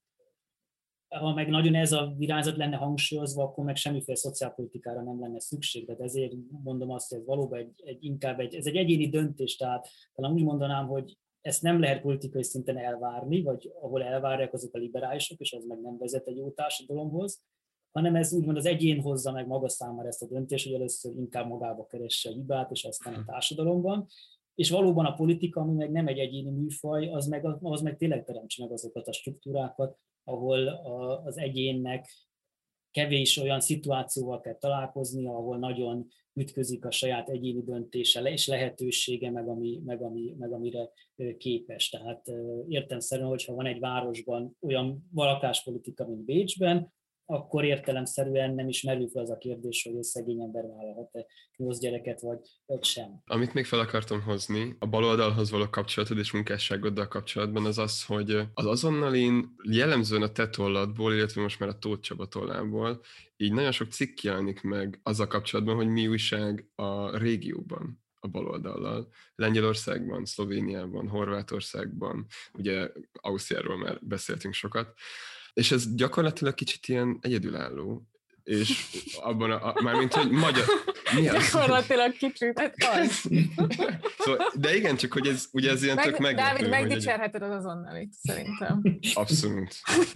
Speaker 7: ha meg nagyon ez a virágzat lenne hangsúlyozva, akkor meg semmiféle szociálpolitikára nem lenne szükség. De ezért mondom azt, hogy ez valóban ez egy egyéni döntés, tehát talán úgy mondanám, hogy ezt nem lehet politikai szinten elvárni, vagy ahol elvárják azok a liberálisok, és az meg nem vezet egy jó társadalomhoz, hanem ez úgymond az egyén hozza meg maga számára ezt a döntést, hogy először inkább magába keresse a hibát, és aztán a társadalomban. És valóban a politika, ami meg nem egy egyéni műfaj, az meg tényleg teremtse meg azokat a struktúrákat, ahol az egyénnek kevés olyan szituációval kell találkoznia, ahol nagyon ütközik a saját egyéni döntése és lehetősége, meg amire képes. Tehát értelemszerűen, hogyha van egy városban olyan lakáspolitika, mint Bécsben, akkor értelemszerűen nem is merül fel az a kérdés, hogy egy szegény ember vállalhat-e 8 gyereket, vagy sem.
Speaker 1: Amit még fel akartam hozni, a baloldalhoz való kapcsolatod és munkásságoddal kapcsolatban az az, hogy az azonnalin jellemzően a te tolladból, illetve most már a Tóth Csaba tollából, így nagyon sok cikk jelenik meg azzal kapcsolatban, hogy mi újság a régióban a baloldallal. Lengyelországban, Szlovéniában, Horvátországban, ugye Ausztriáról már beszéltünk sokat, és ez gyakorlatilag kicsit ilyen egyedülálló, és abban mármint, hogy magyar... Mi az?
Speaker 8: Gyakorlatilag kicsit, az.
Speaker 1: Szóval, de igen, csak hogy ez, ugye ez ilyen tök meglepő.
Speaker 8: Dávid, megdicsérheted az azonnalit, szerintem.
Speaker 1: Abszolút.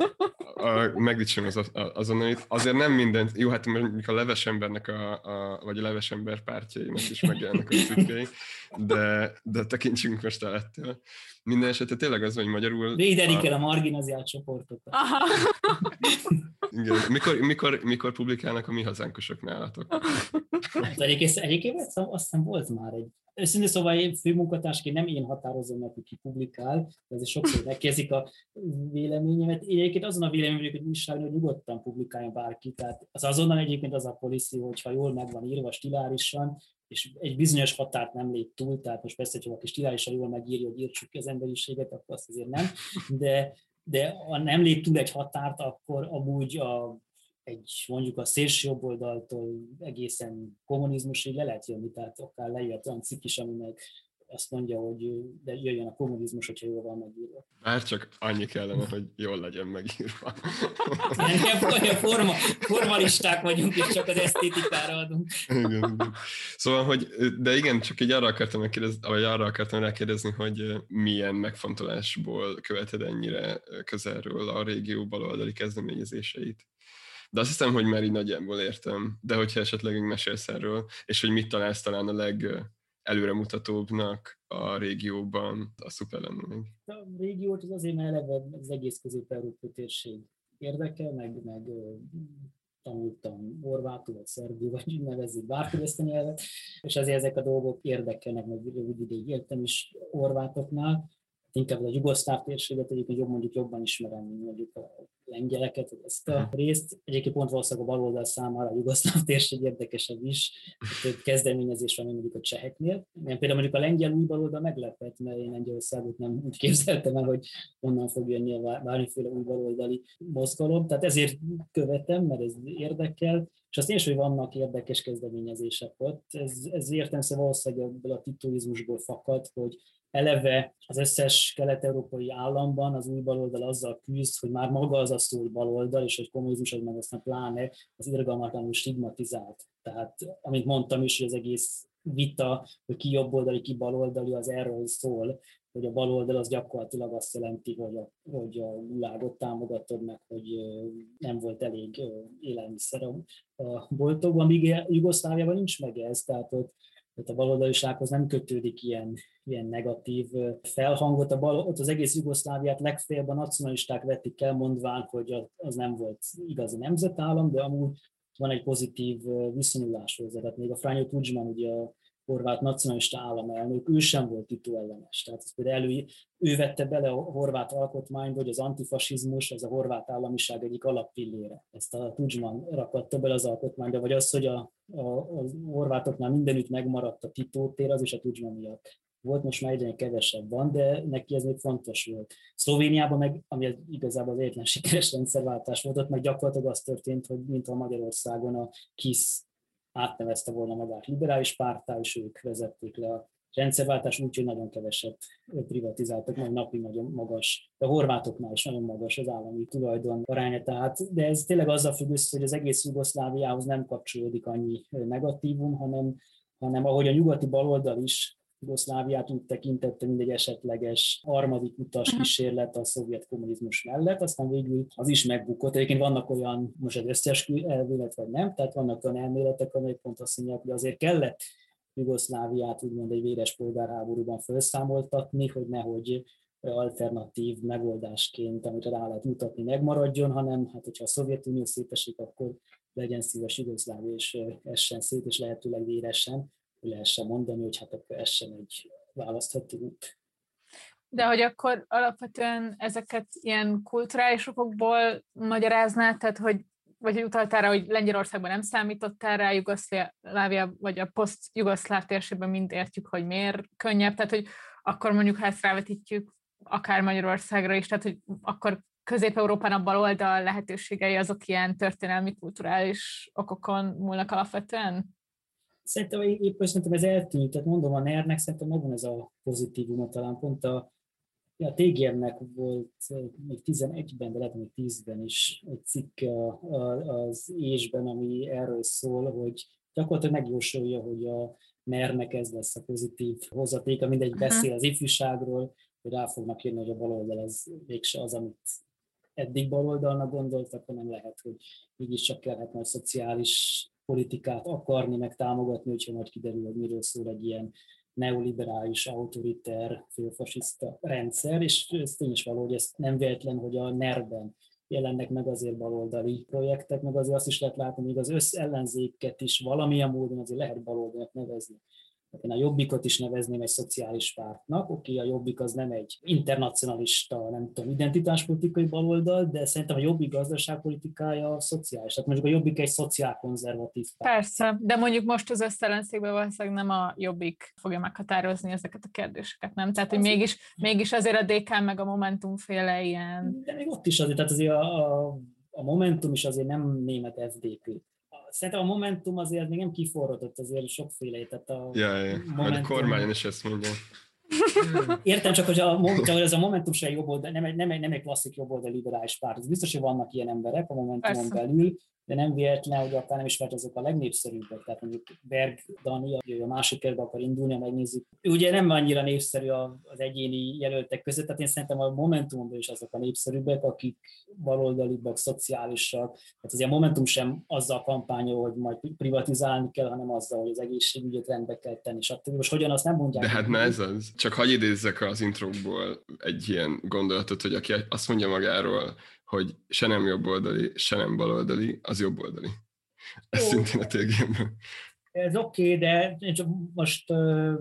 Speaker 1: Megdicsérem az azonnalit. Azért nem mindent, jó, hát mondjuk a levesembernek, vagy a levesember pártjainak is megjelennek a cikkei, de tekintsünk most el ettől. Minden esetre tényleg az, hogy magyarul...
Speaker 7: Védeni kell a marginalizált csoportokat.
Speaker 1: Igen. Mikor publikálnak a Mi Hazánkosok nálatok?
Speaker 7: Hát egyébként azt hiszem volt már egy. Őszintén szóval főmunkatársként nem én határozom meg, hogy ki publikál, de azért sokszor megkezdik a véleményemet. Én egyébként azon a véleményem, hogy újságban, hogy nyugodtan publikáljon bárki. Tehát az azonnal egyébként az a policy, hogyha jól meg van írva stilárisan, és egy bizonyos határt nem lép túl, tehát most persze, hogy valaki stilárisan jól megírja, hogy írtsuk ki az emberiséget, akkor azt azért nem, de ha nem lép túl egy határt, akkor amúgy mondjuk a szélső jobboldaltól egészen kommunizmusig le lehet jönni, tehát akár leírt olyan cikk is, aminek azt mondja, hogy de jöjjön a kommunizmus, hogyha jól van megírva.
Speaker 1: Bár csak annyi kellene, hogy jól legyen megírva.
Speaker 7: Olyan formalisták vagyunk, és csak az esztétikára adunk.
Speaker 1: Igen. Szóval, hogy, de igen, csak így arra akartam rákérdezni, hogy milyen megfontolásból követed ennyire közelről a régió baloldali kezdeményezéseit. De azt hiszem, hogy már így nagyjából értem. De hogyha esetleg mesélsz erről, és hogy mit találsz talán a legelőremutatóbbnak a régióban, az szuper lenne még.
Speaker 7: A régiót az azért már eleve az egész közép-európai térség érdekel, meg tanultam horvátul, vagy szerbül, vagy úgy nevezzük bárhogy ezt a nyelvet, és azért ezek a dolgok érdekelnek, meg rövid ideig éltem is horvátoknál. Inkább a jugoszláv térséget egyébként jobban ismerem, mint mondjuk a lengyeleket, vagy ezt a részt. Egyébként pont valószínűleg a baloldal számára a jugoszláv térség érdekesebb is, több kezdeményezés van, mint mondjuk a cseheknél. Én például mondjuk a lengyel új baloldal meglepett, mert én Lengyelországot nem úgy képzeltem el, hogy onnan fog jönni a bármiféle új baloldali mozgalom. Tehát ezért követem, mert ez érdekel. És azt én is, hogy vannak érdekes kezdeményezések ott. Ez értelemszerűen valószínűleg ebből a titorizmusból fakad, hogy eleve az összes kelet-európai államban az új baloldal azzal küzd, hogy már maga az a szó, hogy baloldal, és hogy kommunizmus, az meg aztán pláne az irgalmatlanul stigmatizált. Tehát, amit mondtam is, hogy az egész vita, hogy ki jobboldali, ki baloldali, az erről szól, hogy a baloldal az gyakorlatilag azt jelenti, hogy a gulágot támogatod meg, hogy nem volt elég élelmiszer a boltokban, míg Jugoszláviában nincs meg ez, tehát ott a baloldalisághoz nem kötődik ilyen negatív felhangot. Ott az egész Jugoszláviát legfeljebb a nacionalisták vették el, mondván, hogy az nem volt igazi nemzetállam, de amúgy van egy pozitív viszonyulás hozzá. Tehát még a Franjo Tudjman, ugye a horvát nacionalista államelnök, ő sem volt Tito ellenes. Tehát ez például ő vette bele a horvát alkotmányba, hogy az antifasizmus, ez a horvát államiság egyik alappillére. Ezt a Tudjman rakatta bele az alkotmányba, vagy az, hogy a horvátoknál mindenütt megmaradt a Tito tér, az is a Tudjman miatt volt, most már egyre kevesebb van, de neki ez még fontos volt. Szlovéniában meg, ami igazából az egyetlen sikeres rendszerváltás volt, ott meg gyakorlatilag az történt, hogy mintha Magyarországon a KISZ átnevezte volna magát liberális párttá, és ők vezették le a rendszerváltás, úgyhogy nagyon keveset privatizáltak, majd napig nagyon magas, de a horvátoknál is nagyon magas az állami tulajdon aránya. Tehát, de ez tényleg azzal függ össze, hogy az egész Jugoszláviához nem kapcsolódik annyi negatívum, hanem ahogy a nyugati baloldal is Jugoszláviát úgy tekintette, mint egy esetleges harmadik utas kísérlet a szovjet kommunizmus mellett, aztán végül az is megbukott. Egyébként vannak olyan, most egy összeeskü elmélet vagy nem, tehát vannak olyan elméletek, amelyek pont azt mondják, hogy azért kellett Jugoszláviát úgymond egy véres polgárháborúban felszámoltatni, hogy nehogy alternatív megoldásként, amit rá lehet mutatni, megmaradjon, hanem hát, hogyha a Szovjetunió szétesik, akkor legyen szíves Jugoszlávia, és essen szét, és lehetőleg véresen, hogy lehessen mondani, hogy hát akkor ez sem egy választható út.
Speaker 8: De hogy akkor alapvetően ezeket ilyen kulturális okokból magyaráznád, tehát hogy vagy utaltál rá, hogy Lengyelországban nem számítottál rá, Jugoszlávia vagy a poszt-jugoszláv térségben mind értjük, hogy miért könnyebb, tehát hogy akkor mondjuk, ha ezt rávetítjük akár Magyarországra is, tehát hogy akkor Közép-Európán a baloldal lehetőségei azok ilyen történelmi, kulturális okokon múlnak alapvetően?
Speaker 7: Szerintem ez eltűnt, tehát mondom, a NER-nek szerintem megvan ez a pozitívuma, talán pont a TGM-nek volt még 11-ben, de lehet még 10-ben is egy cikk az ésben, ami erről szól, hogy gyakorlatilag megjósolja, hogy a NER-nek ez lesz a pozitív hozatéka, mindegy beszél az ifjúságról, hogy rá fognak jönni, hogy a baloldal az végse az, amit eddig baloldalnak gondoltak, hanem lehet, hogy mégiscsak kellett majd szociális politikát akarni, meg támogatni, hogyha majd kiderül, hogy miről szól egy ilyen neoliberális, autoriter, félfasiszta rendszer, és ez tény is való, hogy ez nem véletlen, hogy a NER-ben jelennek meg azért baloldali projektek, meg azért azt is lehet látni, hogy az összellenzéket is valamilyen módon azért lehet baloldalnak nevezni. Én a Jobbikot is nevezném egy szociális pártnak. Oké, a Jobbik az nem egy internacionalista, nem tudom, identitáspolitikai baloldal, de szerintem a Jobbik gazdaságpolitikája szociális. Tehát mondjuk a Jobbik egy szociálkonzervatív párt.
Speaker 8: Persze, de mondjuk most az összellenzékben valószínűleg nem a Jobbik fogja meghatározni ezeket a kérdéseket, nem? Tehát, hogy mégis azért a DK meg a Momentum féle ilyen...
Speaker 7: De még ott is azért, tehát azért a Momentum is azért nem német FDP. Szerintem a Momentum azért még nem kiforrodott, azért sokféle. Tehát
Speaker 1: Majd a kormányon is ezt mondja.
Speaker 7: Értem, csak hogy ez a Momentum se jobb oldal, nem egy klasszik jobboldali liberális párt. Ez biztos, hogy vannak ilyen emberek a Momentumon belül, de nem véletlen, hogy akár nem is volt azok a legnépszerűbbek. Tehát mondjuk Berg Dani, a másik körbe akar indulni, ha megnézzük. Ő ugye nem annyira népszerű az egyéni jelöltek között, tehát én szerintem a Momentumon is azok a népszerűbbek, akik baloldalibbak, szociálisak. Tehát azért a Momentum sem azzal kampányol, hogy majd privatizálni kell, hanem azzal, hogy az egészségügyet rendbe kell tenni, stb. Most hogyan azt nem mondják.
Speaker 1: De hát na ez az. Csak hadd idézzek az intrókból egy ilyen gondolatot, hogy aki azt mondja magáról, hogy se nem jobboldali, se nem baloldali, az jobboldali. Ez szintén a TG-ből.
Speaker 7: Ez oké, de csak most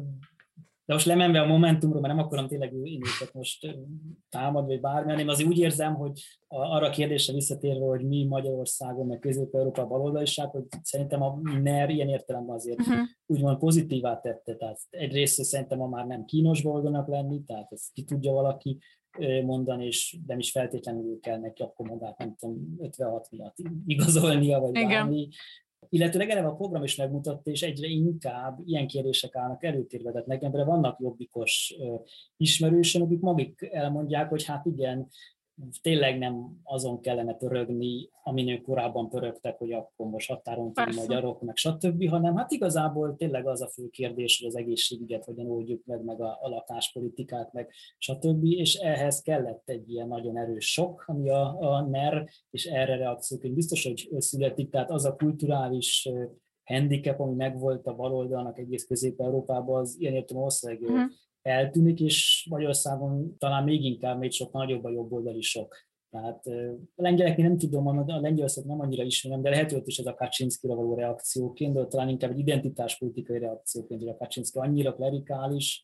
Speaker 7: lemenve a Momentumról, mert nem akarom tényleg én őket most támadni, vagy bármi, hanem azért úgy érzem, hogy arra a kérdésre visszatérve, hogy mi Magyarországon, meg Közép-Európa baloldaliság, hogy szerintem a NER ilyen értelemben azért úgymond pozitívá tette. Tehát egyrészt szerintem ma már nem kínos baloldalnak lenni, tehát ezt ki tudja valaki mondani, és nem is feltétlenül kell neki akkor magát, nem tudom, 56 miatt igazolnia, vagy bármi. Illetőleg eleve a program is megmutatta, és egyre inkább ilyen kérdések állnak előtérbe. Tehát nekem vannak jobbikos ismerősök, akik maguk elmondják, hogy hát igen, tényleg nem azon kellene pörögni, amin ők korábban pörögtek, hogy akkor most határon túl magyarok, meg stb., hanem hát igazából tényleg az a fő kérdés, hogy az egészségügyet hogyan oldjuk meg a lakáspolitikát, meg stb., és ehhez kellett egy ilyen nagyon erős sok, ami a NER, és erre reakcióként biztos, hogy születik, tehát az a kulturális handicap, ami megvolt a baloldalnak egész Közép-Európában, az ilyen értelemben eltűnik, és Magyarországon talán még inkább, még sokkal nagyobb a jobboldali sok. Tehát a lengyeleknél nem tudom, a Lengyelország nem annyira ismerem, de lehet, hogy is ez a Kaczynszkira való reakcióként, de talán inkább egy identitáspolitikai reakcióként, hogy a Kaczynszki annyira klerikális,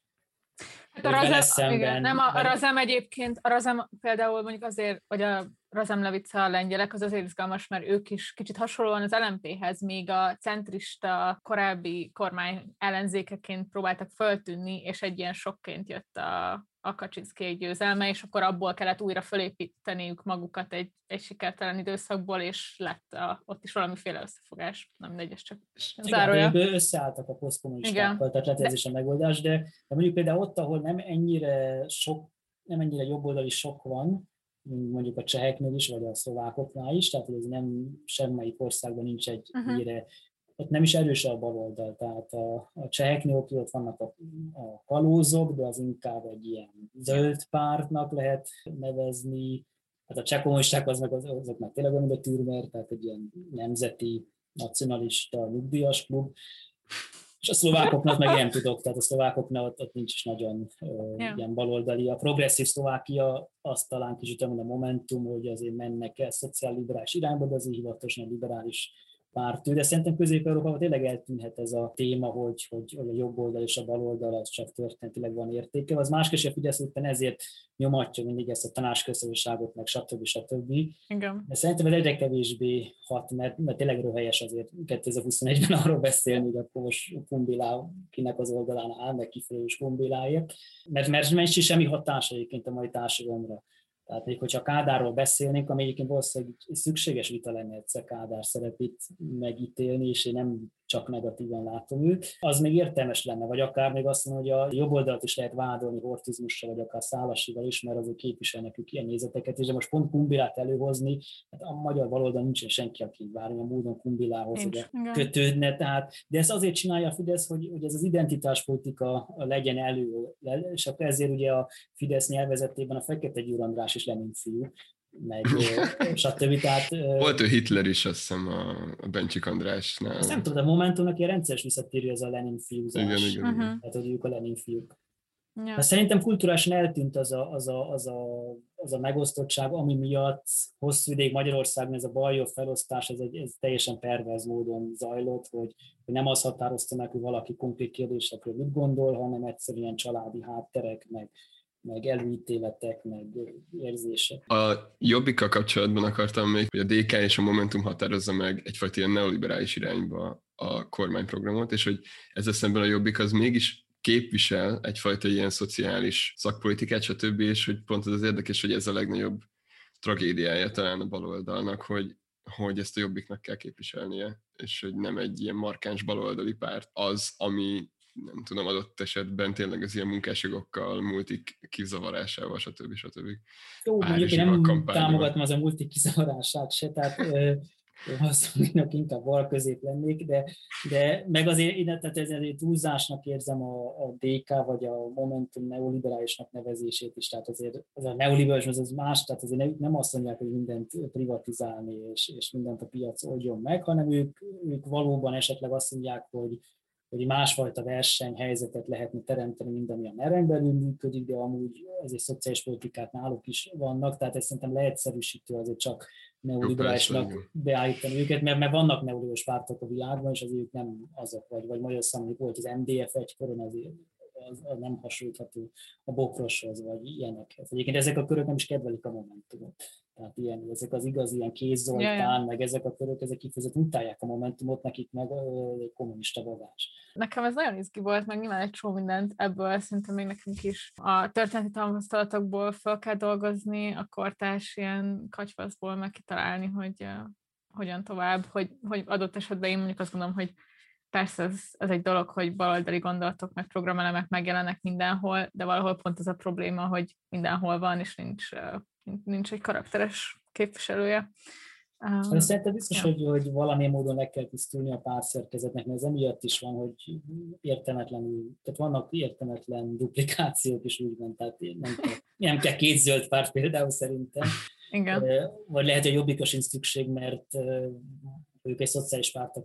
Speaker 8: a Razem egyébként, a Razem például mondjuk azért, vagy a Razem Levica a lengyelek, az azért izgalmas, mert ők is kicsit hasonlóan az LMP-hez, még a centrista korábbi kormány ellenzékeként próbáltak föltűnni, és egy ilyen sokként jött a Kaczynszki győzelme, és akkor abból kellett újra fölépíteniük magukat egy sikertelen időszakból, és lett ott is valamiféle összefogás. Nem mindegy, ez csak zárója.
Speaker 7: Összeálltak a posztkommunistákkal, tehát lehet ez is a megoldás, de mondjuk például ott, ahol nem ennyire jobboldali sok van, mondjuk a cseheknél is, vagy a szlovákoknál is, tehát ez nem semmelyik országban nincs egy ennyire, ott nem is erős a baloldal, tehát a cseheknél ott vannak a kalózok, de az inkább egy ilyen zöld pártnak lehet nevezni, hát a cseh kommunisták azok már tényleg olyan, mint a Türmer, tehát egy ilyen nemzeti, nacionalista, nyugdíjas klub, és a szlovákoknak meg nem tudok, tehát a szlovákoknak ott nincs is nagyon ilyen baloldali. A progresszív Szlovákia azt talán kicsit a Momentum, hogy azért mennek el szociálliberális irányba, de azért hivatalosan liberális pártű, de szerintem Közép-Európában tényleg eltűnhet ez a téma, hogy a jobb oldal és a bal oldal az csak történetileg van értéke. Az másképp a Fidesz éppen ezért nyomatja mindig ezt a tanácsköztársaságot, meg stb.
Speaker 8: Igen.
Speaker 7: De szerintem ez egyre kevésbé hat, mert tényleg röhelyes azért 2021-ben arról beszélni, hogy akkor most Kumbila kinek az oldalán áll, meg kifelelős Kumbiláért, mert nincs semmi hatása egyébként a mai társadalomra. Tehát még hogyha Kádárról beszélnénk, ami egyébként valószínűleg szükséges vita lenne egyszer Kádár szerepét megítélni, és én nem csak negatívan látom őt, az még értelmes lenne, vagy akár még azt mondom, hogy a jobb oldalt is lehet vádolni hortizmussal, vagy akár Szálasival is, mert azért képviselnek ők ilyen nézeteket, és de most pont Kumbilát előhozni, hát a magyar baloldal nincsen senki, aki bármilyen módon Kumbilához kötődne, tehát, de ezt azért csinálja a Fidesz, hogy ez az identitáspolitika legyen elő, és akkor ezért ugye a Fidesz nyelvezetében a Fekete Győr András is Lenin fiú, meg stb. Tehát,
Speaker 1: volt ő Hitler is, azt hiszem, a Bencsik Andrásnál.
Speaker 7: Azt nem tudom, de Momentumnak ilyen rendszeres visszatérő ez a Lenin fiúzás.
Speaker 1: Igen.
Speaker 7: Tehát, hogy ők a Lenin fiúk. Ja. Szerintem kulturálisan eltűnt az a megosztottság, ami miatt hosszú ideig Magyarországon ez a bal-jobb felosztás, ez teljesen perverz módon zajlott, hogy nem azt határozta meg, hogy valaki konkrét kérdésekről mit gondol, hanem egyszerűen családi hátterek, meg előítéletek, meg érzések.
Speaker 1: A Jobbikkal kapcsolatban akartam még, hogy a DK és a Momentum határozza meg egyfajta ilyen neoliberális irányba a kormányprogramot, és hogy ezzel szemben a Jobbik az mégis képvisel egyfajta ilyen szociális szakpolitikát, stb., és hogy pont az érdekes, hogy ez a legnagyobb tragédiája talán a baloldalnak, hogy ezt a Jobbiknak kell képviselnie, és hogy nem egy ilyen markáns baloldali párt az, ami nem tudom, adott esetben tényleg az ilyen munkásjogokkal, multik kizavarásával, stb.
Speaker 7: Jó, mondjuk én nem támogatom az a multik kizavarását se, tehát azt inkább bal közép lennék, de meg azért, tehát ez túlzásnak érzem a DK vagy a Momentum neoliberálisnak nevezését is, tehát azért az a neoliberális az más, tehát azért nem azt mondják, hogy mindent privatizálni és mindent a piac oldjon meg, hanem ők valóban esetleg azt mondják, hogy másfajta versenyhelyzetet lehetne teremteni, mint ami a NER-en belül működik, de amúgy azért szociális politikák náluk is vannak, tehát ez szerintem leegyszerűsítő azért csak neoliberálisnak beállítani őket, mert vannak neoliberális pártok a világban, és azért ők nem azok, vagy Magyarországon volt az MDF egykoron, azért az nem hasonlítható a Bokroshoz, vagy ilyenekhez. Egyébként ezek a körök nem is kedvelik a Momentumot. Tehát ezek az igazi ilyen Kéz Zoltán, meg ezek a körök, ezek kifejezetten utálják a Momentumot, nekik meg egy kommunista bagás.
Speaker 8: Nekem ez nagyon izgi volt, meg nyilván egy csomó mindent ebből szerintem még nekünk is a történeti tapasztalatokból fel kell dolgozni, a kortárs ilyen katyvaszból meg kitalálni, hogy hogyan tovább, hogy adott esetben én mondjuk azt gondolom, hogy persze ez egy dolog, hogy baloldali gondolatok, meg programelemek megjelennek mindenhol, de valahol pont az a probléma, hogy mindenhol van, és nincs egy karakteres képviselője.
Speaker 7: Szerintem biztos, hogy valamilyen módon le kell tisztulni a pártszerkezetnek, mert ez emiatt is van, hogy tehát vannak értelmetlen duplikációk is úgymond, tehát nem kell két zöld párt például szerintem.
Speaker 8: Igen.
Speaker 7: Vagy lehet, hogy jobbikra sincs szükség, mert ők egy szociális párt,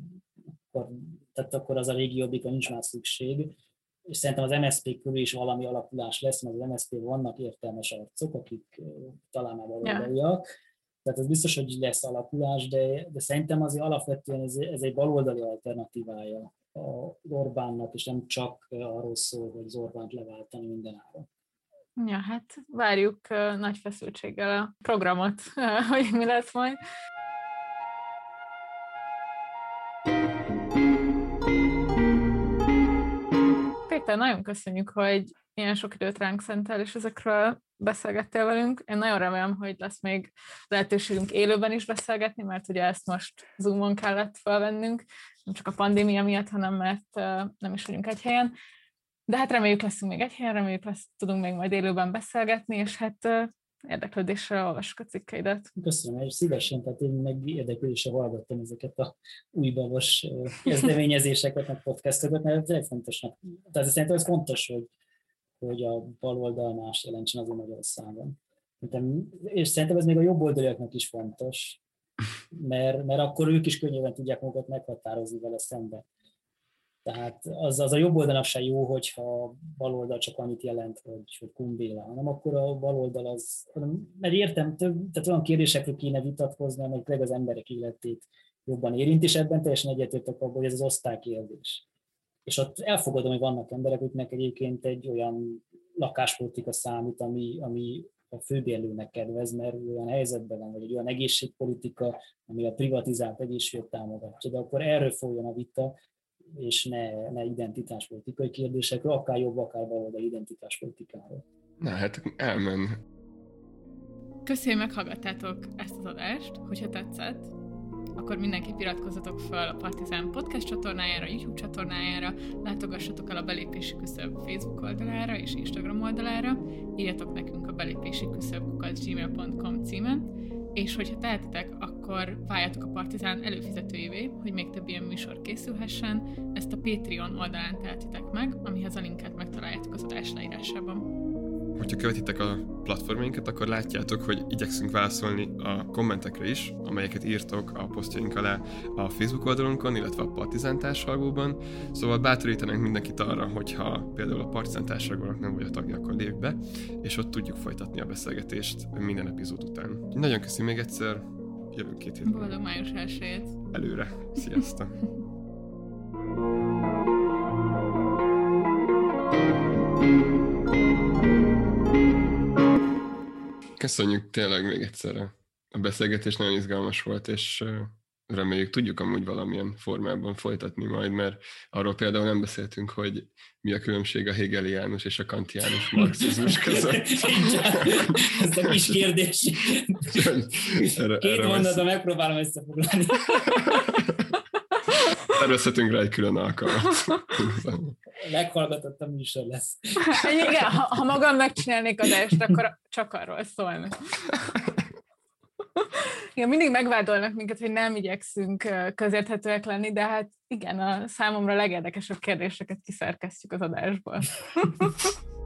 Speaker 7: akkor az a régi jobbikra nincs már szükség. És szerintem az MSZP körül is valami alakulás lesz, mert az MSZP vannak értelmes arcok, akik talán már baloldaliak. Tehát ez biztos, hogy lesz alakulás, de szerintem azért alapvetően ez egy baloldali alternatívája az Orbánnak, és nem csak arról szól, hogy az Orbánt leváltani mindenáron.
Speaker 8: Ja, hát várjuk nagy feszültséggel a programot, hogy mi lesz majd. Péter, nagyon köszönjük, hogy ilyen sok időt ránk szentel, és ezekről beszélgettél velünk. Én nagyon remélem, hogy lesz még lehetőségünk élőben is beszélgetni, mert ugye ezt most Zoomon kellett felvennünk, nem csak a pandémia miatt, hanem mert nem is vagyunk egy helyen. De hát reméljük leszünk még egy helyen, reméljük tudunk még majd élőben beszélgetni, és hát érdeklődéssel olvassuk a cikkeidet.
Speaker 7: Köszönöm, és szívesen, tehát én meg érdeklődéssel hallgattam ezeket a újbavos kezdeményezéseket, meg podcastokat, mert ez fontosnak. Tehát szerintem ez fontos, hogy a baloldal más jelentsen azon Magyarországon. És szerintem ez még a jobboldaliaknak is fontos, mert akkor ők is könnyebben tudják magukat meghatározni vele szemben. Tehát az a jobb oldalnak sem jó, hogyha a baloldal csak annyit jelent, hogy kumbéla, hanem akkor a baloldal az, mert értem, tehát olyan kérdésekről kéne vitatkozni, amelyek az emberek életét jobban érint, és ebben teljesen egyetértek abban, hogy ez az osztálykérdés. És ott elfogadom, hogy vannak emberek, akiknek egyébként egy olyan lakáspolitika számít, ami a főbérlőnek kedvez, mert olyan helyzetben van, vagy egy olyan egészségpolitika, ami a privatizált egészséget támogatja. De akkor erről folyjon a vita, és ne identitáspolitikai kérdésekről, akár jobb, akár baloldali identitáspolitikáról.
Speaker 1: Na hát elmen.
Speaker 2: Köszönjük, meghallgattátok ezt az adást, hogyha tetszett, akkor mindenképp iratkozzatok fel a Partizán Podcast csatornájára, YouTube csatornájára, látogassatok el a Belépési Küszöb Facebook oldalára és Instagram oldalára, írjatok nekünk a belépésiküszöb@gmail.com címen, és hogyha tehetitek, akkor váljatok a Partizán előfizetőjévé, hogy még több ilyen műsor készülhessen. Ezt a Patreon oldalán tehetitek meg, amihez a linket megtaláljátok az adás leírásában.
Speaker 1: Hogyha követitek a platformjainkat, akkor látjátok, hogy igyekszünk válaszolni a kommentekre is, amelyeket írtok a posztjaink alá a Facebook oldalunkon, illetve a Partizán társalgóban. Szóval bátorítanánk mindenkit arra, hogyha például a Partizán társalgónak nem vagy a tagja, akkor lépj be, és ott tudjuk folytatni a beszélgetést minden epizód után. Nagyon köszönöm még egyszer, jövünk 2 hétben.
Speaker 2: Boldog május 1-ét!
Speaker 1: Előre! Sziasztok! Köszönjük tényleg még egyszer. A beszélgetés nagyon izgalmas volt, és reméljük tudjuk amúgy valamilyen formában folytatni majd, mert arról például nem beszéltünk, hogy mi a különbség a hegeliánus és a kantiánus marxizmus között.
Speaker 7: Ez a kis kérdés. Két mondatban megpróbálom összefoglalni.
Speaker 1: Tervezhetünk rá egy külön alkalmat.
Speaker 7: Meghallgatott a műsor lesz.
Speaker 8: Igen, ha magam megcsinálnék adást, akkor csak arról szólna. Igen, mindig megvádolnak minket, hogy nem igyekszünk közérthetőek lenni, de hát igen, a számomra legérdekesebb kérdéseket kiszerkesztjük az adásból.